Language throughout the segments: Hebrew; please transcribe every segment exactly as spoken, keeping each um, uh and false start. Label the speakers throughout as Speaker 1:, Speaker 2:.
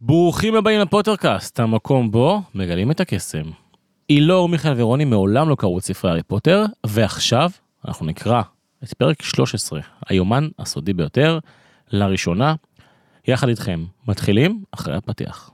Speaker 1: ברוכים הבאים לפוטרקאסט, המקום בו מגלים את הקסם. אילור, מיכאל ורוני מעולם לא קראו את ספרי הארי פוטר, ועכשיו אנחנו נקרא את פרק שלוש עשרה, היומן הסודי ביותר, לראשונה. יחד איתכם, מתחילים אחרי הפתיח.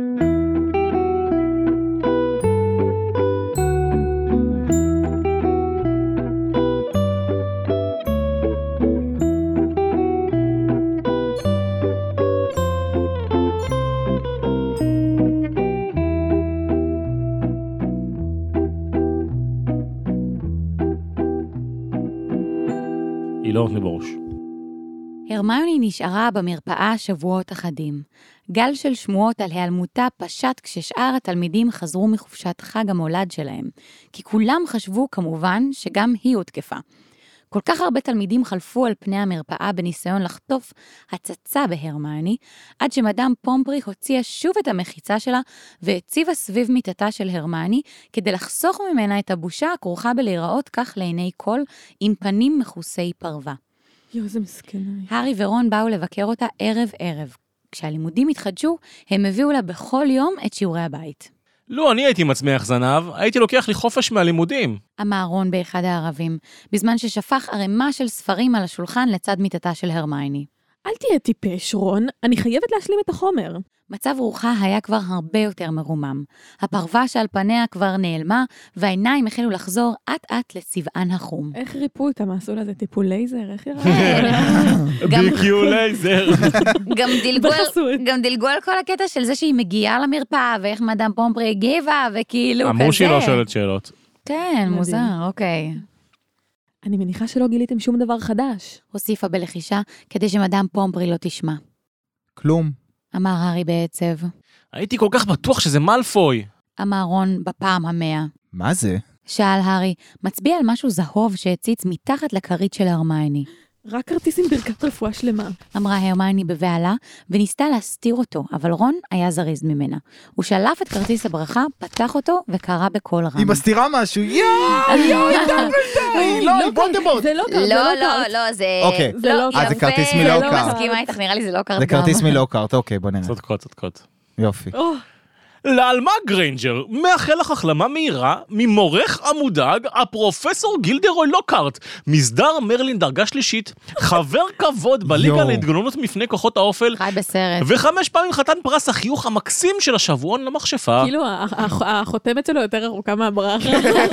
Speaker 1: אילור, תני בראש.
Speaker 2: הרמיוני נשארה במרפאה שבועות אחדים. גל של שמועות על היעלמותה פשט כששאר התלמידים חזרו מחופשת חג המולד שלהם, כי כולם חשבו כמובן שגם היא הותקפה. כל כך הרבה תלמידים חלפו על פני המרפאה בניסיון לחטוף הצצה בהרמיוני, עד שמדאם פומפרי הוציאה שוב את המחיצה שלה והציבה סביב מיטתה של הרמיוני, כדי לחסוך ממנה את הבושה הכרוכה בלהיראות כך לעיני כל, עם פנים מחוסי פרווה.
Speaker 3: יו, זה מסכנה.
Speaker 2: הארי ורון באו לבקר אותה ערב ערב. כשהלימודים התחדשו, הם הביאו לה בכל יום את שיעורי הבית.
Speaker 1: לא, אני הייתי מצמיח זנב, הייתי לוקח לי חופש מהלימודים.
Speaker 2: אמר רון באחד הערבים, בזמן ששפך ערימה של ספרים על השולחן לצד מיטתה של הרמיוני.
Speaker 3: אל תהיה טיפש, רון, אני חייבת להשלים את החומר.
Speaker 2: מצב רוחה היה כבר הרבה יותר מרומם. הפרווה שעל פניה כבר נעלמה, והעיניים החלו לחזור אט-אט לצבען החום.
Speaker 3: איך ריפו אותם? עשו לזה טיפול לייזר? איך יראה?
Speaker 1: בי קיו לייזר.
Speaker 2: גם דילגו על כל הקטע של זה שהיא מגיעה למרפאה, ואיך מדאם פומפרי הגיבה, וכאילו כזה.
Speaker 1: אמרו שהיא לא שואלת שאלות.
Speaker 2: כן, מוזר, אוקיי.
Speaker 3: אני מניחה שלא גיליתם שום דבר חדש.
Speaker 2: הוסיפה בלחישה, כדי שמדאם פומפרי לא תשמע.
Speaker 4: כלום.
Speaker 2: אמר הארי בעצב.
Speaker 1: הייתי כל כך בטוח שזה מאלפוי.
Speaker 2: אמר רון בפעם המאה.
Speaker 4: מה זה?
Speaker 2: שאל הארי, מצביע על משהו זהוב שהציץ מתחת לכרית של הרמיוני.
Speaker 3: רק כרטיס עם ברכת רפואה שלמה.
Speaker 2: אמרה הרמיוני בבעלה, וניסתה להסתיר אותו, אבל רון היה זריז ממנה. הוא שלף את כרטיס הברכה, פתח אותו, וקרא בקול רם.
Speaker 4: היא מסתירה משהו, יואו, יואו, דמבלדור, לא, וולדמורט.
Speaker 3: זה לא קרט,
Speaker 2: לא, לא, לא, זה...
Speaker 4: אוקיי, אז זה כרטיס מלוקארט.
Speaker 2: לא מסכימה איתך, נראה לי זה לא קרט.
Speaker 4: זה כרטיס מלוקארט, אוקיי, בוא נראה.
Speaker 1: צודקות, צודקות.
Speaker 4: יופי.
Speaker 1: לעלמה גריינג'ר, מאחל לך החלמה מהירה, ממורך המודאג, הפרופסור גילדרוי לוקארט, מסדר מרלין דרגה שלישית, חבר כבוד בליגה להתגוננות מפני כוחות האופל,
Speaker 2: חי בסרט.
Speaker 1: וחמש פעמים חתן פרס החיוך המקסים של השבועון למכשפה.
Speaker 3: כאילו, החותמת שלו יותר ארוכה מהברכה.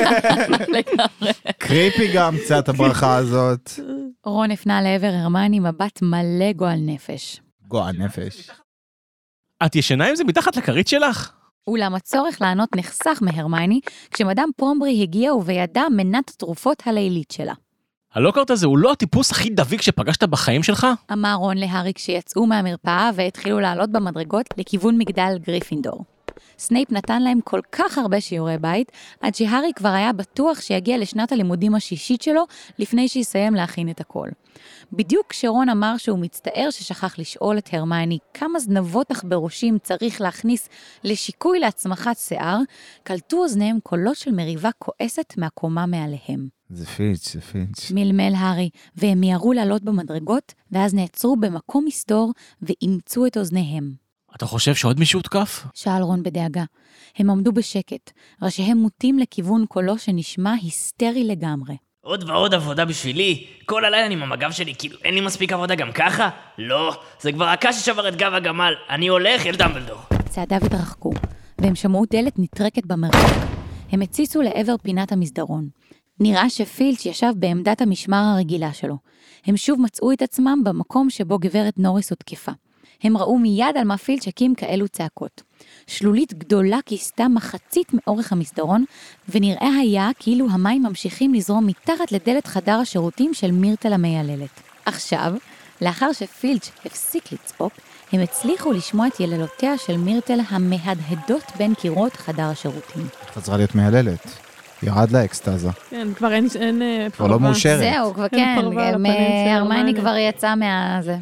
Speaker 4: קריפי גם קצת הברכה הזאת.
Speaker 2: רון הפנה לעבר הרמיוני מבט מלא גועל נפש.
Speaker 4: גועל נפש.
Speaker 1: את ישנה עם זה מתחת לכרית שלך?
Speaker 2: אולם הצורך לענות נחסך מהרמיוני, כשמדאם פומפרי הגיע ובידה מנת התרופות הלילית שלה.
Speaker 1: הלוקארט הזה הוא לא הטיפוס הכי דביק שפגשת בחיים שלך?
Speaker 2: אמר רון להארי כשיצאו מהמרפאה והתחילו לעלות במדרגות לכיוון מגדל גריפינדור. סנייפ נתן להם כל כך הרבה שיעורי בית, עד שהארי כבר היה בטוח שיגיע לשנת הלימודים השישית שלו, לפני שיסיים להכין את הכל. בדיוק כשרון אמר שהוא מצטער ששכח לשאול את הרמיוני כמה זנבות תחברושים צריך להכניס לשיקוי להצמחת שיער, קלטו אוזניהם קולות של מריבה כועסת מהקומה מעליהם.
Speaker 4: זה פיץ', זה פיץ'.
Speaker 2: מלמל הארי, והם מיהרו לעלות במדרגות, ואז נעצרו במקום מסתור ואימצו את אוזניהם.
Speaker 1: אתה חושב שעוד מישהו תקף?
Speaker 2: שאל רון בדאגה. הם עמדו בשקט, ראשיהם מוטים לכיוון קולו שנשמע היסטרי לגמרי.
Speaker 5: עוד ועוד עבודה בשבילי? כל הלילה אני עם המגב שלי, כאילו אין לי מספיק עבודה גם ככה? לא, זה כבר הקש ששבר את גב הגמל, אני הולך אל דמבלדור. צעדיו התרחקו, והם שמעו דלת נטרקת במרחק. הם הציצו לעבר פינת המסדרון. נראה שפילץ' ישב בעמדת המשמר הרגילה שלו. הם שוב מצאו את עצמם במקום שבו גברת נוריס הותקפה. הם ראו מיד על מה פילץ' הקים כאלו צעקות. שלולית גדולה כיסתה מחצית מאורך המסדרון, ונראה היה כאילו המים ממשיכים לזרום מתחת לדלת חדר השירותים של מירטל המייללת. עכשיו, לאחר שפילץ' הפסיק לצעוק, הם הצליחו לשמוע את יללותיה של מירטל המהדהדות בין קירות חדר השירותים.
Speaker 4: חזרה להיות מייללת. ירד לאקסטאזה.
Speaker 3: כן, כבר אין...
Speaker 4: כבר לא מאושרת.
Speaker 2: זהו, כבר כן. הרמיוני כבר יצא מהזה.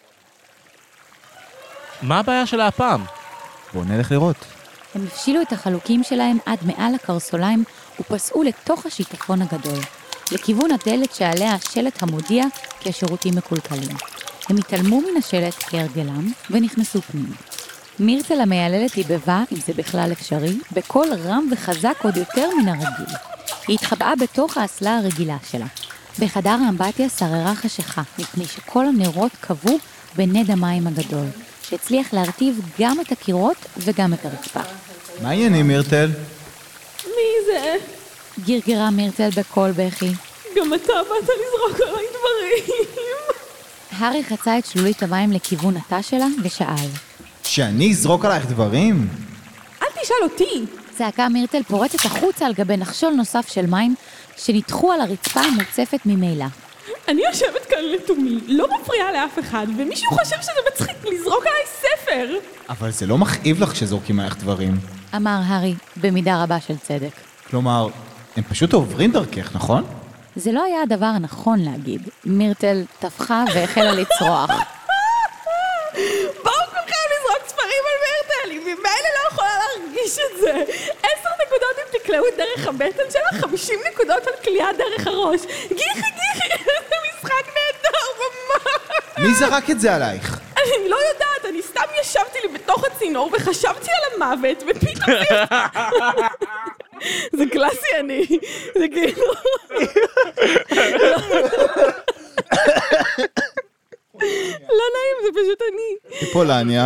Speaker 1: מה הבעיה שלה הפעם?
Speaker 4: בואו נלך לראות.
Speaker 2: הם הפשילו את החלוקים שלהם עד מעל הקרסוליים ופסעו לתוך השיטפון הגדול, לכיוון הדלת שעליה השלט המודיע כי השירותים מקולקלים. הם התעלמו מן השלט כהרגלם ונכנסו פנימה. מירצל המייללת היבבה, אם זה בכלל אפשרי, בקול רם וחזק עוד יותר מן הרגיל. היא התחבאה בתוך האסלה הרגילה שלה. בחדר האמבטיה שררה חשיכה, מפני שכל הנרות קבעו בנד המים הגדול, שהצליח להרטיב גם את הקירות וגם את הרצפה.
Speaker 4: מה העניינים, מירטל?
Speaker 3: מי זה?
Speaker 2: גרגרה מירצל בקול בכי.
Speaker 3: גם אתה באת לזרוק עליי דברים.
Speaker 2: הארי חצה את שלולית המים לכיוון התא שלה ושאל.
Speaker 4: שאני אזרוק עלייך דברים?
Speaker 3: אל תשאל אותי.
Speaker 2: צעקה מירטל פורצת החוצה על גבי נחשול נוסף של מים שנתחו על הרצפה המוצפת ממילא.
Speaker 3: אני יושבת כאן לתומי, לא מפריעה לאף אחד, ומישהו חושב שזה מצחיק לזרוק עליי ספר.
Speaker 4: אבל זה לא מכאיב לך כשזורקים עלייך דברים.
Speaker 2: אמר הארי במידה רבה של צדק.
Speaker 4: כלומר, הם פשוט עוברים דרכך, נכון?
Speaker 2: זה לא היה הדבר הנכון להגיד. מירטל טפחה והחלה לצרוח.
Speaker 3: בואו כולכם לזרוק ספרים על מירטל, היא ממילא לא יכולה להרגיש את זה. עשר נקודות אם תקלעו דרך הבטן שלה, חמישים נקודות על קליעה דרך הראש. גיחי גיחי, זה משחק נהדר ממש.
Speaker 4: מי זרק את זה עלייך?
Speaker 3: אני לא יודעת, אני סתם ישבתי לי בתוך הצינור וחשבתי על המוות, ופתאום זה... זה קלאסי אני, זה כאילו... לא נעים, זה פשוט אני.
Speaker 4: פולניה.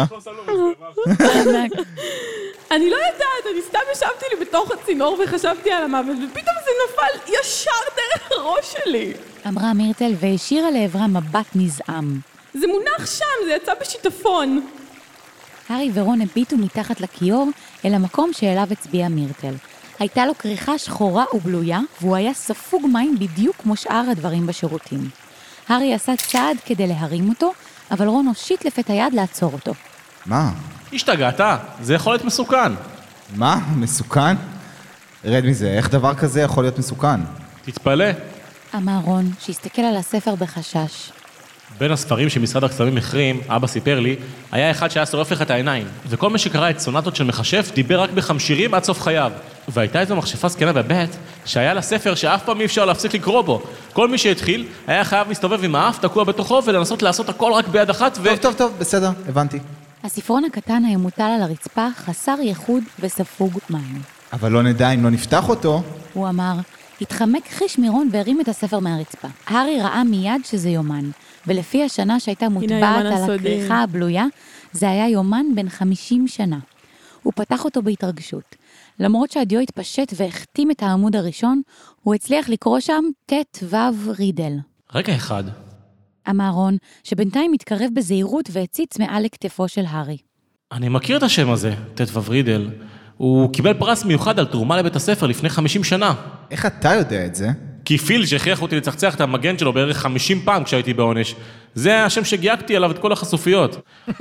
Speaker 3: אני לא יודעת, אני סתם ישבתי לי בתוך הצינור וחשבתי על המוות, ופתאום זה נפל ישר דרך הראש שלי.
Speaker 2: אמרה מירטל והשאירה לעברה מבט נזעם.
Speaker 3: זה מונח שם, זה יצא בשיטפון.
Speaker 2: הארי ורון הביטו מתחת לכיור אל המקום שאליו הצביעה מירטל. הייתה לו כריכה שחורה ובלויה, והוא היה ספוג מים בדיוק כמו שאר הדברים בשירותים. הארי עשה צעד כדי להרים אותו, אבל רון הושיט לפתע יד לעצור אותו.
Speaker 4: מה?
Speaker 1: השתגעת? זה יכול להיות מסוכן.
Speaker 4: מה? מסוכן? רד מזה, איך דבר כזה יכול להיות מסוכן?
Speaker 1: תתפלא.
Speaker 2: אמר רון, שהסתכל על הספר בחשש.
Speaker 1: בין הספרים שמשרד הקסמים החרים, אבא סיפר לי, היה אחד שהיה שורף לך את העיניים. וכל מי שקרא את סונטות של מכשף דיבר רק בחמשירים עד סוף חייו. והייתה איזו מכשפה זקנה בבית, שהיה לה ספר שאף פעם אי אפשר להפסיק לקרוא בו. כל מי שהתחיל היה חייב להסתובב עם האף תקוע בתוכו ולנסות לעשות הכל רק ביד אחת ו...
Speaker 4: טוב, טוב, טוב, בסדר, הבנתי.
Speaker 2: הספרון הקטן היה מוטל על הרצפה, חסר ייחוד וספוג מים.
Speaker 4: אבל לא נדע אם לא נפתח אותו.
Speaker 2: הוא אמר, התחמק חיש מירון והרים את הספר מהרצפה. הארי ראה מיד שזה יומן, ולפי השנה שהייתה מוטבעת על הכריכה הבלויה, זה היה יומן בן חמישים שנה. הוא פתח אותו בהתרגשות. למרות שהדיו התפשט והחתים את העמוד הראשון, הוא הצליח לקרוא שם תת וו רידל.
Speaker 1: רגע אחד.
Speaker 2: אמר רון, שבינתיים התקרב בזהירות והציץ מעל לכתפו של הארי.
Speaker 1: אני מכיר את השם הזה, תת וו רידל. הוא קיבל פרס מיוחד על תרומה לבית הספר לפני חמישים שנה. איך
Speaker 4: אתה יודע את זה?
Speaker 1: כי פיל שהכריח אותי לצחצח את המגן שלו בערך חמישים פעם כשהייתי בעונש. זה השם שגייקתי עליו את כל החשופיות.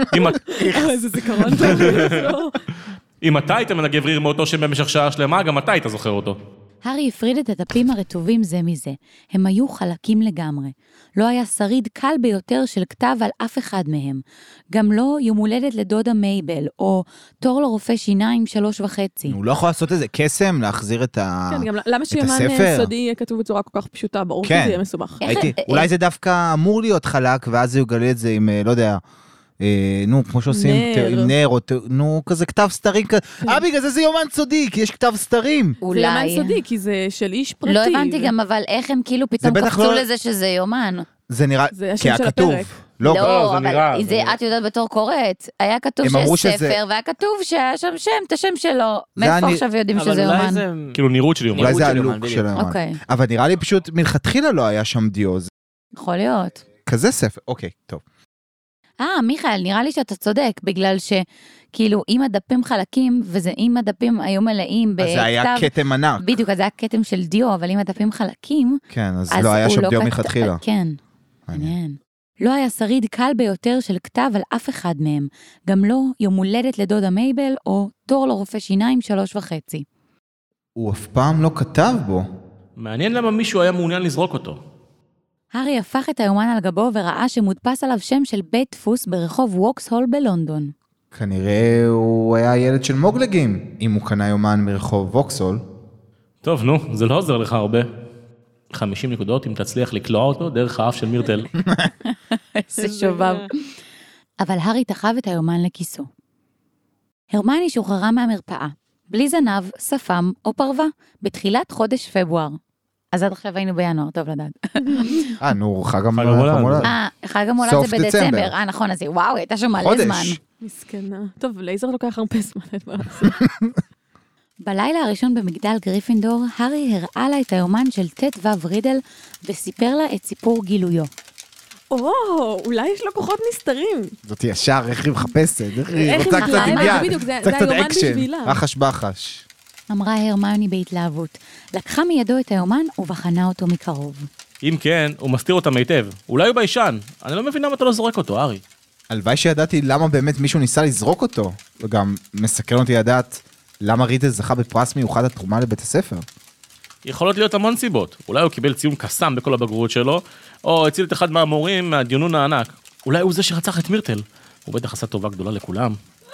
Speaker 3: איזה זיכרון טוב.
Speaker 1: אם אתה היית מנגב ריר מאותו שם במשך שעה שלמה, גם אתה היית זוכר אותו.
Speaker 2: הארי הפריד את הדפים הרטובים זה מזה. הם היו חלקים לגמרי. לא היה שריד קל ביותר של כתב על אף אחד מהם. גם לא יום הולדת לדודה מייבל, או תור לרופא שיניים שלוש וחצי.
Speaker 4: הוא לא יכול לעשות איזה קסם, להחזיר את הספר?
Speaker 3: כן, גם למה שיומן סודי יהיה כתוב בצורה כל כך פשוטה, ברור שזה יהיה מסובך.
Speaker 4: אולי זה דווקא אמור להיות חלק, ואז הוא יגלה את זה עם, לא יודע... נו, כמו שעושים עם נר, נו, כזה כתב סתרים. אה, בגלל זה זה יומן סודי, כי יש כתב סתרים.
Speaker 3: זה יומן סודי, כי זה של איש פרטי.
Speaker 2: לא הבנתי גם, אבל איך הם כאילו פתאום קפצו לזה שזה יומן?
Speaker 4: זה נראה, כי הכתוב.
Speaker 2: לא, אבל זה את יודעת בתור קוראת. היה כתוב שיש ספר, והיה כתוב שהיה שם שם, את השם שלו. מאיפה עכשיו יודעים שזה יומן?
Speaker 1: כאילו נראות של יומן.
Speaker 4: אולי זה הלוק של היומן. אבל נראה לי פשוט מלכתחילה לא היה שם דיו.
Speaker 2: יכול להיות.
Speaker 4: כזה ספר, אוקיי, טוב.
Speaker 2: אה, מיכאל, נראה לי שאתה צודק, בגלל שכאילו אם הדפים חלקים, וזה אם הדפים היו מלאים בכתב...
Speaker 4: אז זה היה כתם ענק.
Speaker 2: בדיוק, אז זה היה כתם של דיו, אבל אם הדפים חלקים...
Speaker 4: כן, אז לא היה שם דיו מלכתחילה.
Speaker 2: כן, מעניין. לא היה שריד קל ביותר של כתב על אף אחד מהם, גם לא יום הולדת לדודה מייבל, או תור לרופא שיניים שלוש וחצי.
Speaker 4: הוא אף פעם לא כתב בו.
Speaker 1: מעניין למה מישהו היה מעוניין לזרוק אותו.
Speaker 2: הארי הפך את היומן על גבו וראה שמודפס עליו שם של בית דפוס ברחוב ווקסהול בלונדון.
Speaker 4: כנראה הוא היה ילד של מוגלגים, אם הוא קנה יומן מרחוב ווקסהול.
Speaker 1: טוב, נו, זה לא עוזר לך הרבה. חמישים נקודות אם תצליח לקלוע אותו דרך האף של מירטל.
Speaker 2: איזה שובב. אבל הארי תחב את היומן לכיסו. הרמיוני שוחררה מהמרפאה, בלי זנב, שפם או פרווה, בתחילת חודש פברואר. אז עד עכשיו היינו בינואר, טוב לדעת.
Speaker 4: אה, נו, חג המולד.
Speaker 2: אה, חג המולד זה בדצמבר. אה, נכון, אז וואו, הייתה שם מלא זמן.
Speaker 3: מסכנה. טוב, לייזר לוקח הרבה זמן.
Speaker 2: בלילה הראשון במגדל גריפינדור, הארי הראה לה את היומן של ט' ו' רידל, וסיפר לה את סיפור גילויו.
Speaker 3: או, אולי יש לו כוחות נסתרים.
Speaker 4: זאת ישר, איך היא מחפשת, איך היא
Speaker 3: איך
Speaker 4: רוצה
Speaker 3: היא
Speaker 4: קצת
Speaker 3: מתלהבת,
Speaker 4: עניין,
Speaker 3: בדיוק, זה-
Speaker 4: רוצה
Speaker 3: זה
Speaker 4: קצת
Speaker 3: היומן
Speaker 4: אקשן,
Speaker 3: בשבילה.
Speaker 4: רחש בחש.
Speaker 2: אמרה הרמיוני בהתלהבות. לקחה מידו את היומן ובחנה אותו מקרוב.
Speaker 1: אם כן, הוא מסתיר אותם היטב. אולי הוא ביישן. אני לא מבין למה אתה לא זורק אותו, ארי.
Speaker 4: הלוואי שידעתי למה באמת מישהו ניסה לזרוק אותו, וגם מסקרן אותי לדעת למה רידל זכה בפרס מיוחד התרומה לבית הספר.
Speaker 1: יכולות להיות המון סיבות. אולי הוא קיבל ציון קסם בכל הבגרות שלו, או הציל את אחד מהמורים מהדיונון הענק. אולי הוא זה שרצח את מירטל. הוא בטח עשה טובה גדולה לכולם.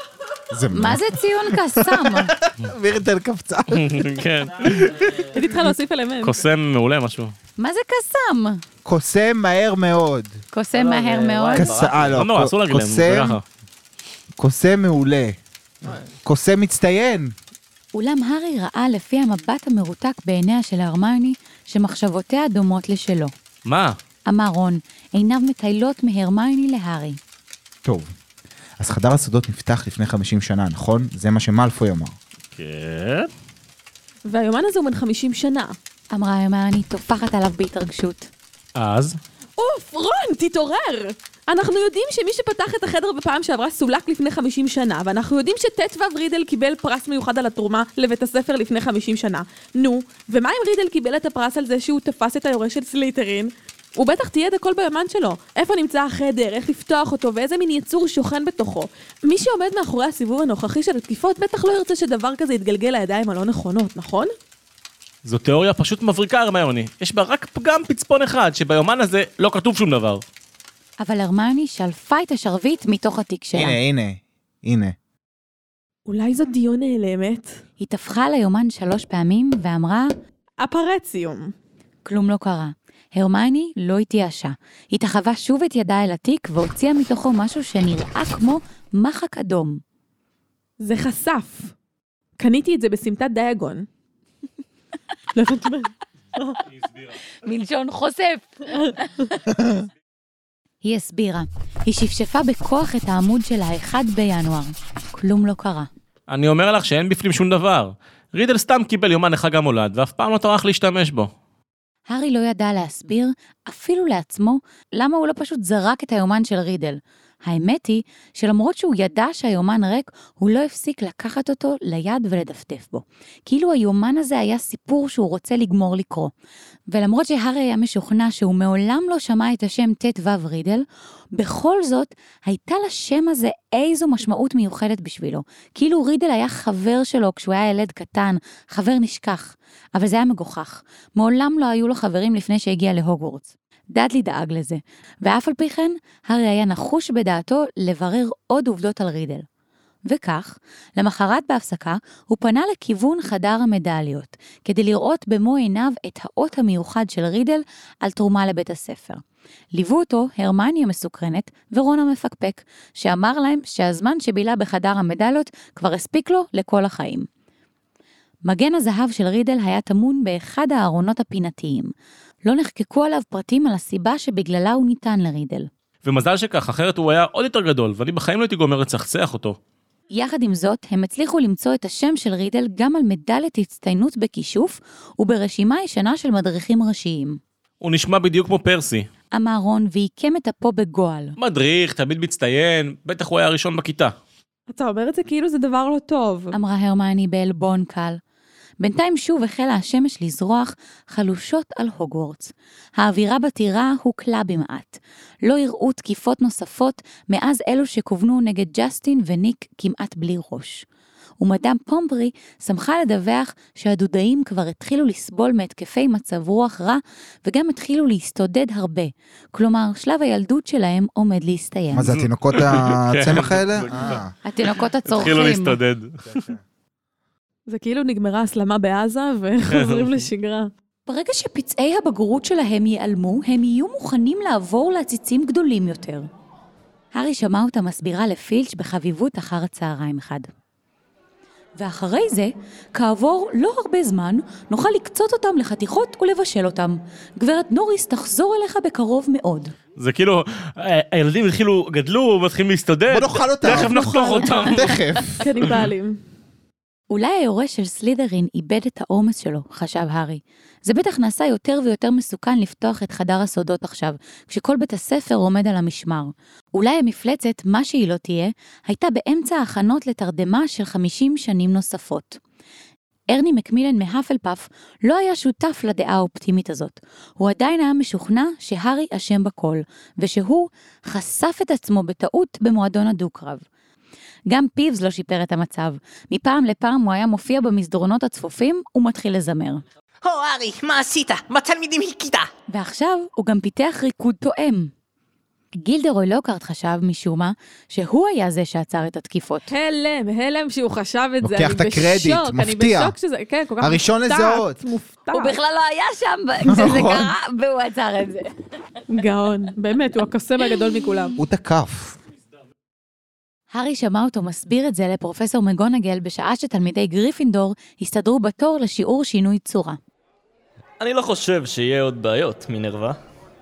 Speaker 2: מה זה ציון קסם?
Speaker 4: מירטל קפצה.
Speaker 1: כן.
Speaker 3: הייתי צריכה להוסיף אלמנט.
Speaker 1: קוסם מעולה משהו.
Speaker 2: מה זה קסם?
Speaker 4: קוסם מהר מאוד.
Speaker 2: קוסם מהר מאוד.
Speaker 4: קס- אה,
Speaker 1: לא
Speaker 4: לא,
Speaker 1: נורא, אסור להגיד להם, זה
Speaker 4: קוסם,
Speaker 1: ככה.
Speaker 4: קוסם מעולה. קוסם מצטיין.
Speaker 2: אולם הארי ראה לפי המבט המרותק בעיניה של הרמיוני, שמחשבותיה דומות לשלו.
Speaker 1: מה?
Speaker 2: אמר רון, עיניו מטיילות מהרמיוני להארי.
Speaker 4: טוב, אז חדר הסודות נפתח לפני חמישים שנה, נכון? זה מה שמאלפוי אמר.
Speaker 1: כן.
Speaker 3: והיומן הזה הוא בן חמישים שנה.
Speaker 2: אמרה הרמיוני, טופחת עליו בהתרגשות.
Speaker 1: אז?
Speaker 3: אוף, רון, תתעורר! אנחנו יודעים שמי שפתח את החדר בפעם שעברה סולק לפני חמישים שנה, ואנחנו יודעים שט' ו' רידל קיבל פרס מיוחד על התרומה לבית הספר לפני חמישים שנה. נו, ומה אם רידל קיבל את הפרס על זה שהוא תפס את היורש של סליתרין? הוא בטח תיעד הכל ביומן שלו. איפה נמצא החדר, איך לפתוח אותו, ואיזה מין יצור שוכן בתוכו. מי שעומד מאחורי הסיבוב הנוכחי של התקיפות בטח לא ירצה שדבר כזה יתגלגל לידיים הלא נכונות, נכון?
Speaker 1: זו תיאוריה פשוט מבריקה, הרמיוני. יש בה רק פגם פצפון אחד, שביומן הזה לא כתוב שום דבר.
Speaker 2: אבל הרמיוני שלפה את השרביט מתוך התיק שלה.
Speaker 4: הנה, הנה, הנה.
Speaker 3: אולי זו דיון נעלמת?
Speaker 2: היא טפחה על היומן שלוש פעמים ואמרה,
Speaker 3: אפרציום.
Speaker 2: כלום לא קרה. הרמיוני לא התייאשה. היא תחבה שוב את ידה אל התיק והוציאה מתוכו משהו שנראה כמו מחק אדום.
Speaker 3: זה חשף. קניתי את זה בסמטת דיאגון. לא הבנתי מה.
Speaker 2: מלשון חושף. היא הסבירה. היא שפשפה בכוח את העמוד של האחד בינואר. כלום לא קרה.
Speaker 1: אני אומר לך שאין בפנים שום דבר. רידל סתם קיבל יומן לחג המולד, ואף פעם לא טרח להשתמש בו.
Speaker 2: הארי לא ידע להסביר, אפילו לעצמו, למה הוא לא פשוט זרק את היומן של רידל. האמת היא שלמרות שהוא ידע שהיומן ריק, הוא לא הפסיק לקחת אותו ליד ולדפדף בו. כאילו היומן הזה היה סיפור שהוא רוצה לגמור לקרוא. ולמרות שהארי היה משוכנע שהוא מעולם לא שמע את השם ט' ו' רידל, בכל זאת הייתה לשם הזה איזו משמעות מיוחדת בשבילו. כאילו רידל היה חבר שלו כשהוא היה ילד קטן, חבר נשכח. אבל זה היה מגוחך. מעולם לא היו לו חברים לפני שהגיע להוגוורטס. דאדלי דאג לזה, ואף על פי כן, הארי היה נחוש בדעתו לברר עוד עובדות על רידל. וכך, למחרת בהפסקה, הוא פנה לכיוון חדר המדליות, כדי לראות במו עיניו את האות המיוחד של רידל על תרומה לבית הספר. ליוו אותו הרמיוני המסוקרנת ורון המפקפק, שאמר להם שהזמן שבילה בחדר המדליות כבר הספיק לו לכל החיים. מגן הזהב של רידל היה תמון באחד הארונות הפינתיים. לא נחקקו עליו פרטים על הסיבה שבגללה הוא ניתן לרידל.
Speaker 1: ומזל שכך, אחרת הוא היה עוד יותר גדול, ואני בחיים לא הייתי גומר לצחצח אותו.
Speaker 2: יחד עם זאת, הם הצליחו למצוא את השם של רידל גם על מדליית הצטיינות בכישוף, וברשימה ישנה של מדריכים ראשיים.
Speaker 1: הוא נשמע בדיוק כמו פרסי.
Speaker 2: אמר רון ועיקם את אפו בגועל.
Speaker 1: מדריך, תמיד מצטיין, בטח הוא היה הראשון בכיתה.
Speaker 3: אתה אומר את זה כאילו זה דבר לא טוב.
Speaker 2: אמרה הרמיוני בעלבון קל. בינתיים שוב החלה השמש לזרוח חלושות על הוגוורטס. האווירה בטירה הוקלה במעט. לא יראו תקיפות נוספות מאז אלו שכוונו נגד ג'סטין וניק כמעט בלי ראש. ומדאם פומפרי שמחה לדווח שהדודאים כבר התחילו לסבול מהתקפי מצב רוח רע, וגם התחילו להסתודד הרבה. כלומר, שלב הילדות שלהם עומד להסתיים.
Speaker 4: מה זה, התינוקות הצמח האלה?
Speaker 2: התינוקות הצורכים.
Speaker 1: התחילו להסתודד.
Speaker 3: זה כאילו נגמרה הסלמה בעזה וחוזרים לשגרה.
Speaker 2: ברגע שפצעי הבגרות שלהם ייעלמו, הם יהיו מוכנים לעבור לעציצים גדולים יותר. הארי שמע אותה מסבירה לפילץ' בחביבות אחר הצהריים אחד. ואחרי זה, כעבור לא הרבה זמן, נוכל לקצות אותם לחתיכות ולבשל אותם. גברת נוריס תחזור אליך בקרוב מאוד.
Speaker 1: זה כאילו, הילדים התחילו, גדלו, מתחילים להסתודד.
Speaker 4: בוא נאכל אותם.
Speaker 1: תכף נחתוך אותם.
Speaker 4: תכף.
Speaker 3: קניבלים.
Speaker 2: אולי היורש של סלית'רין איבד את האומץ שלו, חשב הארי. זה בטח נעשה יותר ויותר מסוכן לפתוח את חדר הסודות עכשיו, כשכל בית הספר עומד על המשמר. אולי המפלצת, מה שהיא לא תהיה, הייתה באמצע ההכנות לתרדמה של חמישים שנים נוספות. ארני מקמילן מהפלפף לא היה שותף לדעה האופטימית הזאת. הוא עדיין היה משוכנע שהארי אשם בכל, ושהוא חשף את עצמו בטעות במועדון הדו-קרב. גם פיבס לא שיפר את המצב. מפעם לפעם הוא היה מופיע במסדרונות הצפופים ומתחיל לזמר.
Speaker 5: הו, ארי, מה עשית? מה תלמידים הכית?
Speaker 2: ועכשיו הוא גם פיתח ריקוד תואם. גילדרוי לוקארט חשב משום מה שהוא היה זה שעצר את התקיפות.
Speaker 3: הלם, הלם שהוא חשב את זה.
Speaker 4: לוקח את הקרדיט, מפתיע.
Speaker 3: אני בשוק שזה, כן, כל כך
Speaker 4: הראשון לזהות.
Speaker 3: מופתע.
Speaker 2: הוא בכלל לא היה שם כשזה קרה והוא עצר את זה.
Speaker 3: גאון, באמת, הוא הקוסם הגדול מכולם.
Speaker 4: הוא תקף.
Speaker 2: הארי שמע אותו מסביר את זה לפרופסור מגונגל בשעה שתלמידי גריפינדור הסתדרו בתור לשיעור שינוי צורה.
Speaker 6: אני לא חושב שיהיה עוד בעיות, מינרווה.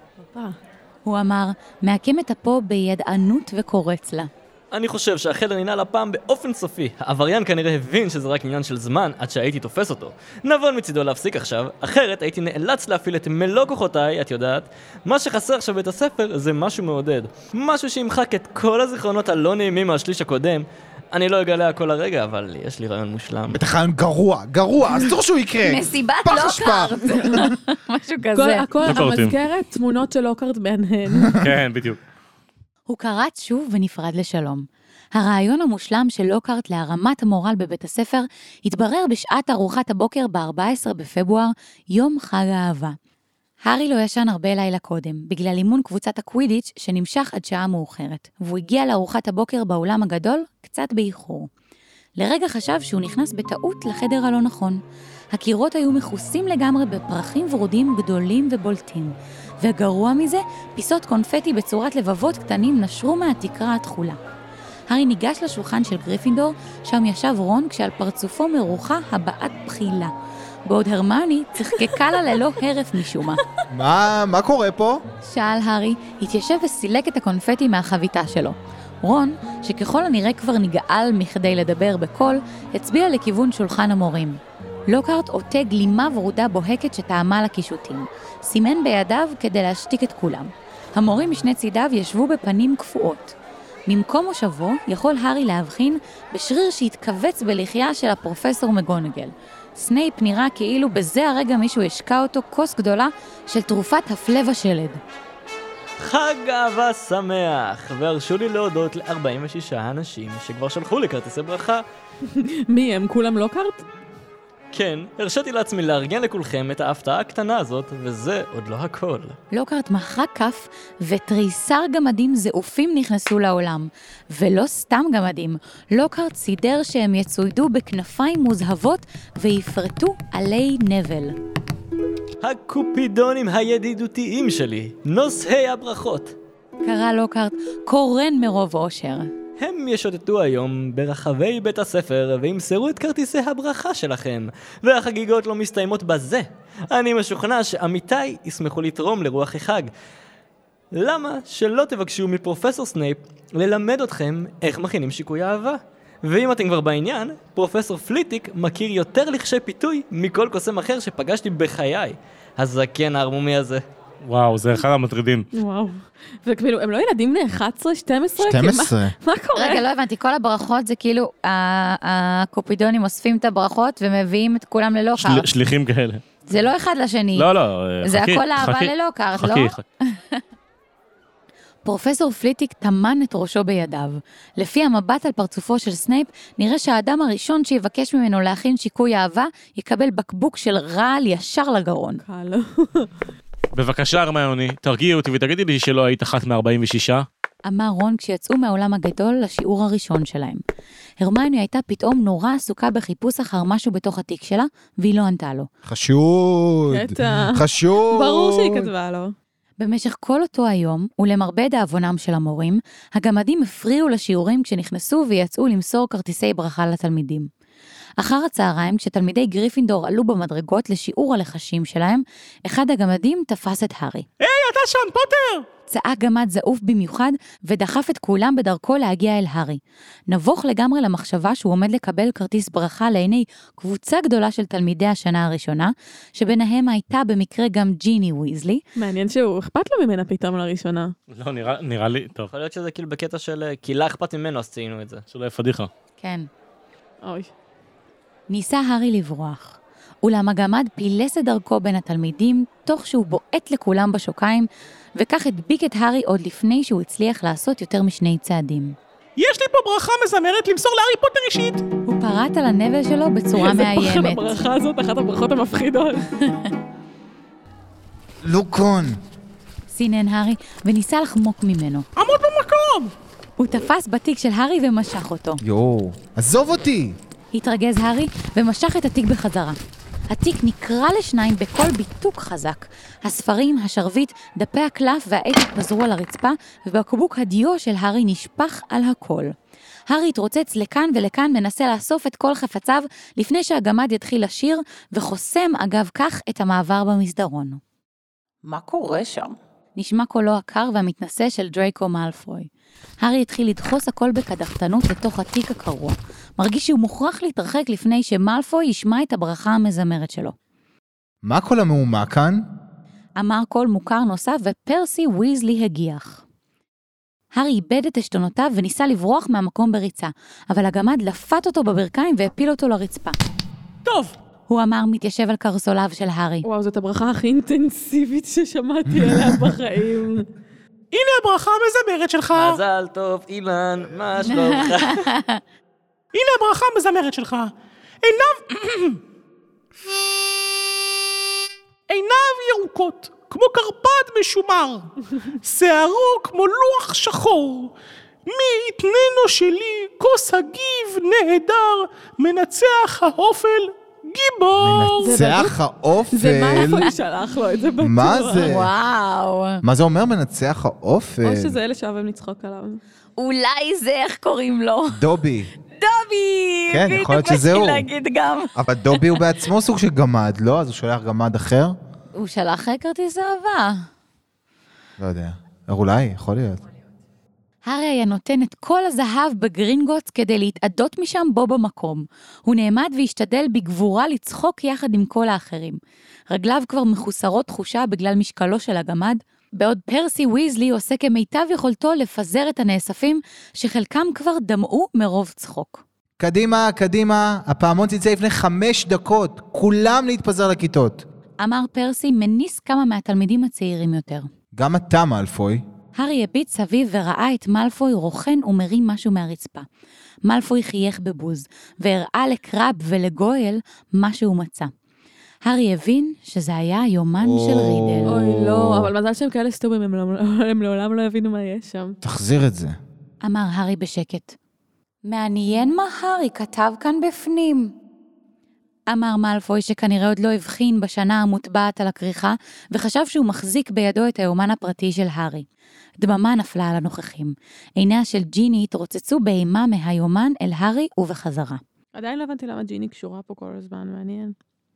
Speaker 2: הוא אמר, מעקם את אפו בידענות וקורץ לה.
Speaker 6: אני חושב שהחדר ננעל הפעם באופן סופי. העבריין כנראה הבין שזה רק עניין של זמן עד שהייתי תופס אותו. נבון מצידו להפסיק עכשיו, אחרת הייתי נאלץ להפעיל את מלוא כוחותיי, את יודעת. מה שחסר עכשיו בית הספר זה משהו מעודד. משהו שימחק את כל הזיכרונות הלא נעימים מהשליש הקודם. אני לא אגלה הכל הרגע, אבל יש לי רעיון מושלם.
Speaker 4: בטח רעיון גרוע, גרוע, אסור שהוא יקרה.
Speaker 2: מסיבת לוקארט. משהו כזה.
Speaker 3: הכל המזכרת, תמונות של לוקארט מהנהן.
Speaker 1: כן, בדיוק.
Speaker 2: הוא קרץ שוב ונפרד לשלום. הרעיון המושלם של לוקארט להרמת המורל בבית הספר התברר בשעת ארוחת הבוקר ב-ארבעה עשר בפברואר, יום חג האהבה. הארי לא ישן הרבה לילה קודם, בגלל אימון קבוצת הקווידיץ' שנמשך עד שעה מאוחרת, והוא הגיע לארוחת הבוקר באולם הגדול קצת באיחור. לרגע חשב שהוא נכנס בטעות לחדר הלא נכון. הקירות היו מכוסים לגמרי בפרחים ורודים גדולים ובולטים, וגרוע מזה, פיסות קונפטי בצורת לבבות קטנים נשרו מהתקרה התחולה. הארי ניגש לשולחן של גריפינדור, שם ישב רון כשעל פרצופו מרוחה הבעת בחילה. בעוד הרמיוני צחקקה לה ללא הרף משום מה.
Speaker 4: מה, מה קורה פה?
Speaker 2: שאל הארי, התיישב וסילק את הקונפטי מהחביתה שלו. רון, שככל הנראה כבר נגעל מכדי לדבר בקול, הצביע לכיוון שולחן המורים. לוקארט עוטה גלימה ורודה בוהקת שטעמה לקישוטים. סימן בידיו כדי להשתיק את כולם. המורים משני צידיו ישבו בפנים קפואות. ממקום מושבו יכול הארי להבחין בשריר שהתכווץ בלחייה של הפרופסור מגונגל. סנייפ נראה כאילו בזה הרגע מישהו השקע אותו כוס גדולה של תרופת הפלא ושלד.
Speaker 6: חג אהבה שמח, והרשו לי להודות ל-ארבעים ושישה אנשים שכבר שלחו לי כרטיסי ברכה.
Speaker 3: מי הם? כולם לוקארט?
Speaker 6: כן, הרשיתי לעצמי לארגן לכולכם את ההפתעה הקטנה הזאת, וזה עוד לא הכל.
Speaker 2: לוקארט מחא כף, ותריסר גמדים זעופים נכנסו לעולם. ולא סתם גמדים, לוקארט סידר שהם יצוידו בכנפיים מוזהבות ויפרטו עלי נבל.
Speaker 6: הקופידונים הידידותיים שלי, נושאי הברכות.
Speaker 2: קרא לוקארט, קורן מרוב אושר.
Speaker 6: הם ישוטטו היום ברחבי בית הספר וימסרו את כרטיסי הברכה שלכם, והחגיגות לא מסתיימות בזה. אני משוכנע שעמיתי ישמחו לתרום לרוח החג. למה שלא תבקשו מפרופסור סנייפ ללמד אתכם איך מכינים שיקוי אהבה? ואם אתם כבר בעניין, פרופסור פליטיק מכיר יותר לחשי פיתוי מכל קוסם אחר שפגשתי בחיי. הזקן הערמומי הזה.
Speaker 1: וואו, זה אחד המטרידים.
Speaker 3: וואו. וכאילו, הם לא ילדים בני אחת עשרה, שתים עשרה?
Speaker 4: שתים עשרה.
Speaker 3: מה קורה?
Speaker 2: רגע, לא הבנתי, כל הברכות זה כאילו, הקופידונים אוספים את הברכות ומביאים את כולם ללוקארט.
Speaker 1: שליחים כאלה.
Speaker 2: זה לא אחד לשני.
Speaker 1: לא, לא, חכי.
Speaker 2: זה הכל אהבה ללוקארט, לא?
Speaker 1: חכי, חכי.
Speaker 2: פרופסור פליטיק תמן את ראשו בידיו. לפי המבט על פרצופו של סנייפ, נראה שהאדם הראשון שיבקש ממנו להכין שיקוי אהבה, יקבל בקבוק של רעל ישר לגרון.
Speaker 3: קל.
Speaker 1: בבקשה, הרמיוני, תרגיעי אותי ותגידי לי שלא היית אחת מ-ארבעים ושישה.
Speaker 2: אמר רון כשיצאו מהעולם הגדול לשיעור הראשון שלהם. הרמיוני הייתה פתאום נורא עסוקה בחיפוש אחר משהו בתוך התיק שלה, והיא לא ענתה לו.
Speaker 4: חשוד.
Speaker 3: בטח.
Speaker 4: חשוד.
Speaker 3: ברור שהיא כתבה לו.
Speaker 2: במשך כל אותו היום, ולמרבה דאבונם של המורים, הגמדים הפריעו לשיעורים כשנכנסו ויצאו למסור כרטיסי ברכה לתלמידים. אחר הצהריים, כשתלמידי גריפינדור עלו במדרגות לשיעור הלחשים שלהם, אחד הגמדים תפס את הארי.
Speaker 1: היי, אתה שם, פוטר!
Speaker 2: צעק גמד זעוף במיוחד, ודחף את כולם בדרכו להגיע אל הארי. נבוך לגמרי למחשבה שהוא עומד לקבל כרטיס ברכה לעיני קבוצה גדולה של תלמידי השנה הראשונה, שביניהם הייתה במקרה גם ג'יני ויזלי.
Speaker 3: מעניין שהוא אכפת לו ממנה פתאום לראשונה.
Speaker 1: לא, נראה, נראה לי, טוב.
Speaker 6: יכול להיות שזה כאילו בקטע של, כי לה אכפת ממנו, אז ציינו את זה.
Speaker 1: שלא יפדיחה.
Speaker 2: כן.
Speaker 3: אוי.
Speaker 2: ניסה הארי לברוח. אולם הגמד פילס את דרכו בין התלמידים, תוך שהוא בועט לכולם בשוקיים, וכך הדביק את הארי עוד לפני שהוא הצליח לעשות יותר משני צעדים.
Speaker 1: יש לי פה ברכה מזמרת למסור להארי פוטר אישית.
Speaker 2: הוא פרט על הנבל שלו בצורה מאיימת.
Speaker 3: איזה פחד הברכה הזאת, אחת הברכות המפחידות.
Speaker 4: לוקון.
Speaker 2: סינן הארי וניסה לחמוק ממנו.
Speaker 1: עמוד במקום!
Speaker 2: הוא תפס בתיק של הארי ומשך אותו.
Speaker 4: יואו, עזוב אותי!
Speaker 2: התרגז הארי ומשך את התיק בחזרה. התיק נקרע לשניים בכל ביטוק חזק. הספרים, השרביט, דפי הקלף והעט התפזרו על הרצפה, ובקבוק הדיו של הארי נשפך על הכל. הארי התרוצץ לכאן ולכאן, מנסה לאסוף את כל חפציו לפני שהגמד יתחיל לשיר, וחוסם אגב כך את המעבר במסדרון.
Speaker 7: מה קורה שם?
Speaker 2: נשמע קולו הקר והמתנשא של דרייקו מאלפוי. הארי התחיל לדחוס הכל בקדחתנות לתוך התיק הקרוע. מרגיש שהוא מוכרח להתרחק לפני שמאלפוי ישמע את הברכה המזמרת שלו.
Speaker 4: מה כל המהומה כאן?
Speaker 2: אמר קול מוכר נוסף ופרסי ויזלי הגיח. הארי איבד את השתונותיו וניסה לברוח מהמקום בריצה, אבל הגמד לפת אותו בברכיים והפיל אותו לרצפה.
Speaker 1: טוב.
Speaker 2: הוא אמר מתיישב על קרסוליו של הארי.
Speaker 3: וואו, זאת הברכה הכי אינטנסיבית ששמעתי עליה בחיים.
Speaker 1: הנה הברכה המזמרת שלך.
Speaker 6: מזל טוב, אילן, מה שלומך?
Speaker 1: הנה הברכה המזמרת שלך. עיניו... עיניו ירוקות, כמו קרפד משומר. שערו כמו לוח שחור. מי יתננו שלי, כוס הגיב נהדר, מנצח האופל גיבור.
Speaker 4: מנצח האופל?
Speaker 3: זה מאלפוי שלח לו את זה בטוח.
Speaker 4: מה זה?
Speaker 2: וואו.
Speaker 4: מה זה אומר מנצח האופל?
Speaker 3: או שזה אלה שאוהבים לצחוק עליו.
Speaker 2: אולי זה איך קוראים לו?
Speaker 4: דובי.
Speaker 2: דובי!
Speaker 4: כן, יכול להיות שזה הוא.
Speaker 2: להגיד גם.
Speaker 4: אבל דובי הוא בעצמו סוג של גמד, לא? אז הוא שולח גמד אחר?
Speaker 2: הוא שלח כרטיס אהבה.
Speaker 4: לא יודע. אולי, יכול להיות.
Speaker 2: הארי היה נותן את כל הזהב בגרינגוטס כדי להתעדות משם בו במקום. הוא נעמד והשתדל בגבורה לצחוק יחד עם כל האחרים. רגליו כבר מחוסרות תחושה בגלל משקלו של הגמד, בעוד פרסי ויזלי עושה כמיטב יכולתו לפזר את הנאספים, שחלקם כבר דמעו מרוב צחוק.
Speaker 4: קדימה, קדימה, הפעמון תצא לפני חמש דקות, כולם להתפזר לכיתות.
Speaker 2: אמר פרסי מניס כמה מהתלמידים הצעירים יותר.
Speaker 4: גם אתה, מאלפוי.
Speaker 2: הארי הביט סביב וראה את מאלפוי רוכן ומרים משהו מהרצפה. מאלפוי חייך בבוז, והראה לקרב ולגויל מה שהוא מצא. הארי הבין שזה היה היומן של רידל.
Speaker 3: אוי לא, אבל מזל שהם כאלה סטובים, הם לעולם לא הבינו מה יש שם.
Speaker 4: תחזיר את זה.
Speaker 2: אמר הארי בשקט. מעניין מה הארי כתב כאן בפנים. אמר מאלפוי שכנראה עוד לא הבחין בשנה המוטבעת על הכריכה, וחשב שהוא מחזיק בידו את היומן הפרטי של הארי. דממה נפלה על הנוכחים. עיניה של ג'יני התרוצצו באימה מהיומן אל הארי ובחזרה.
Speaker 3: עדיין לא הבנתי למה ג'יני קשורה פה כל הזמן, מעניין.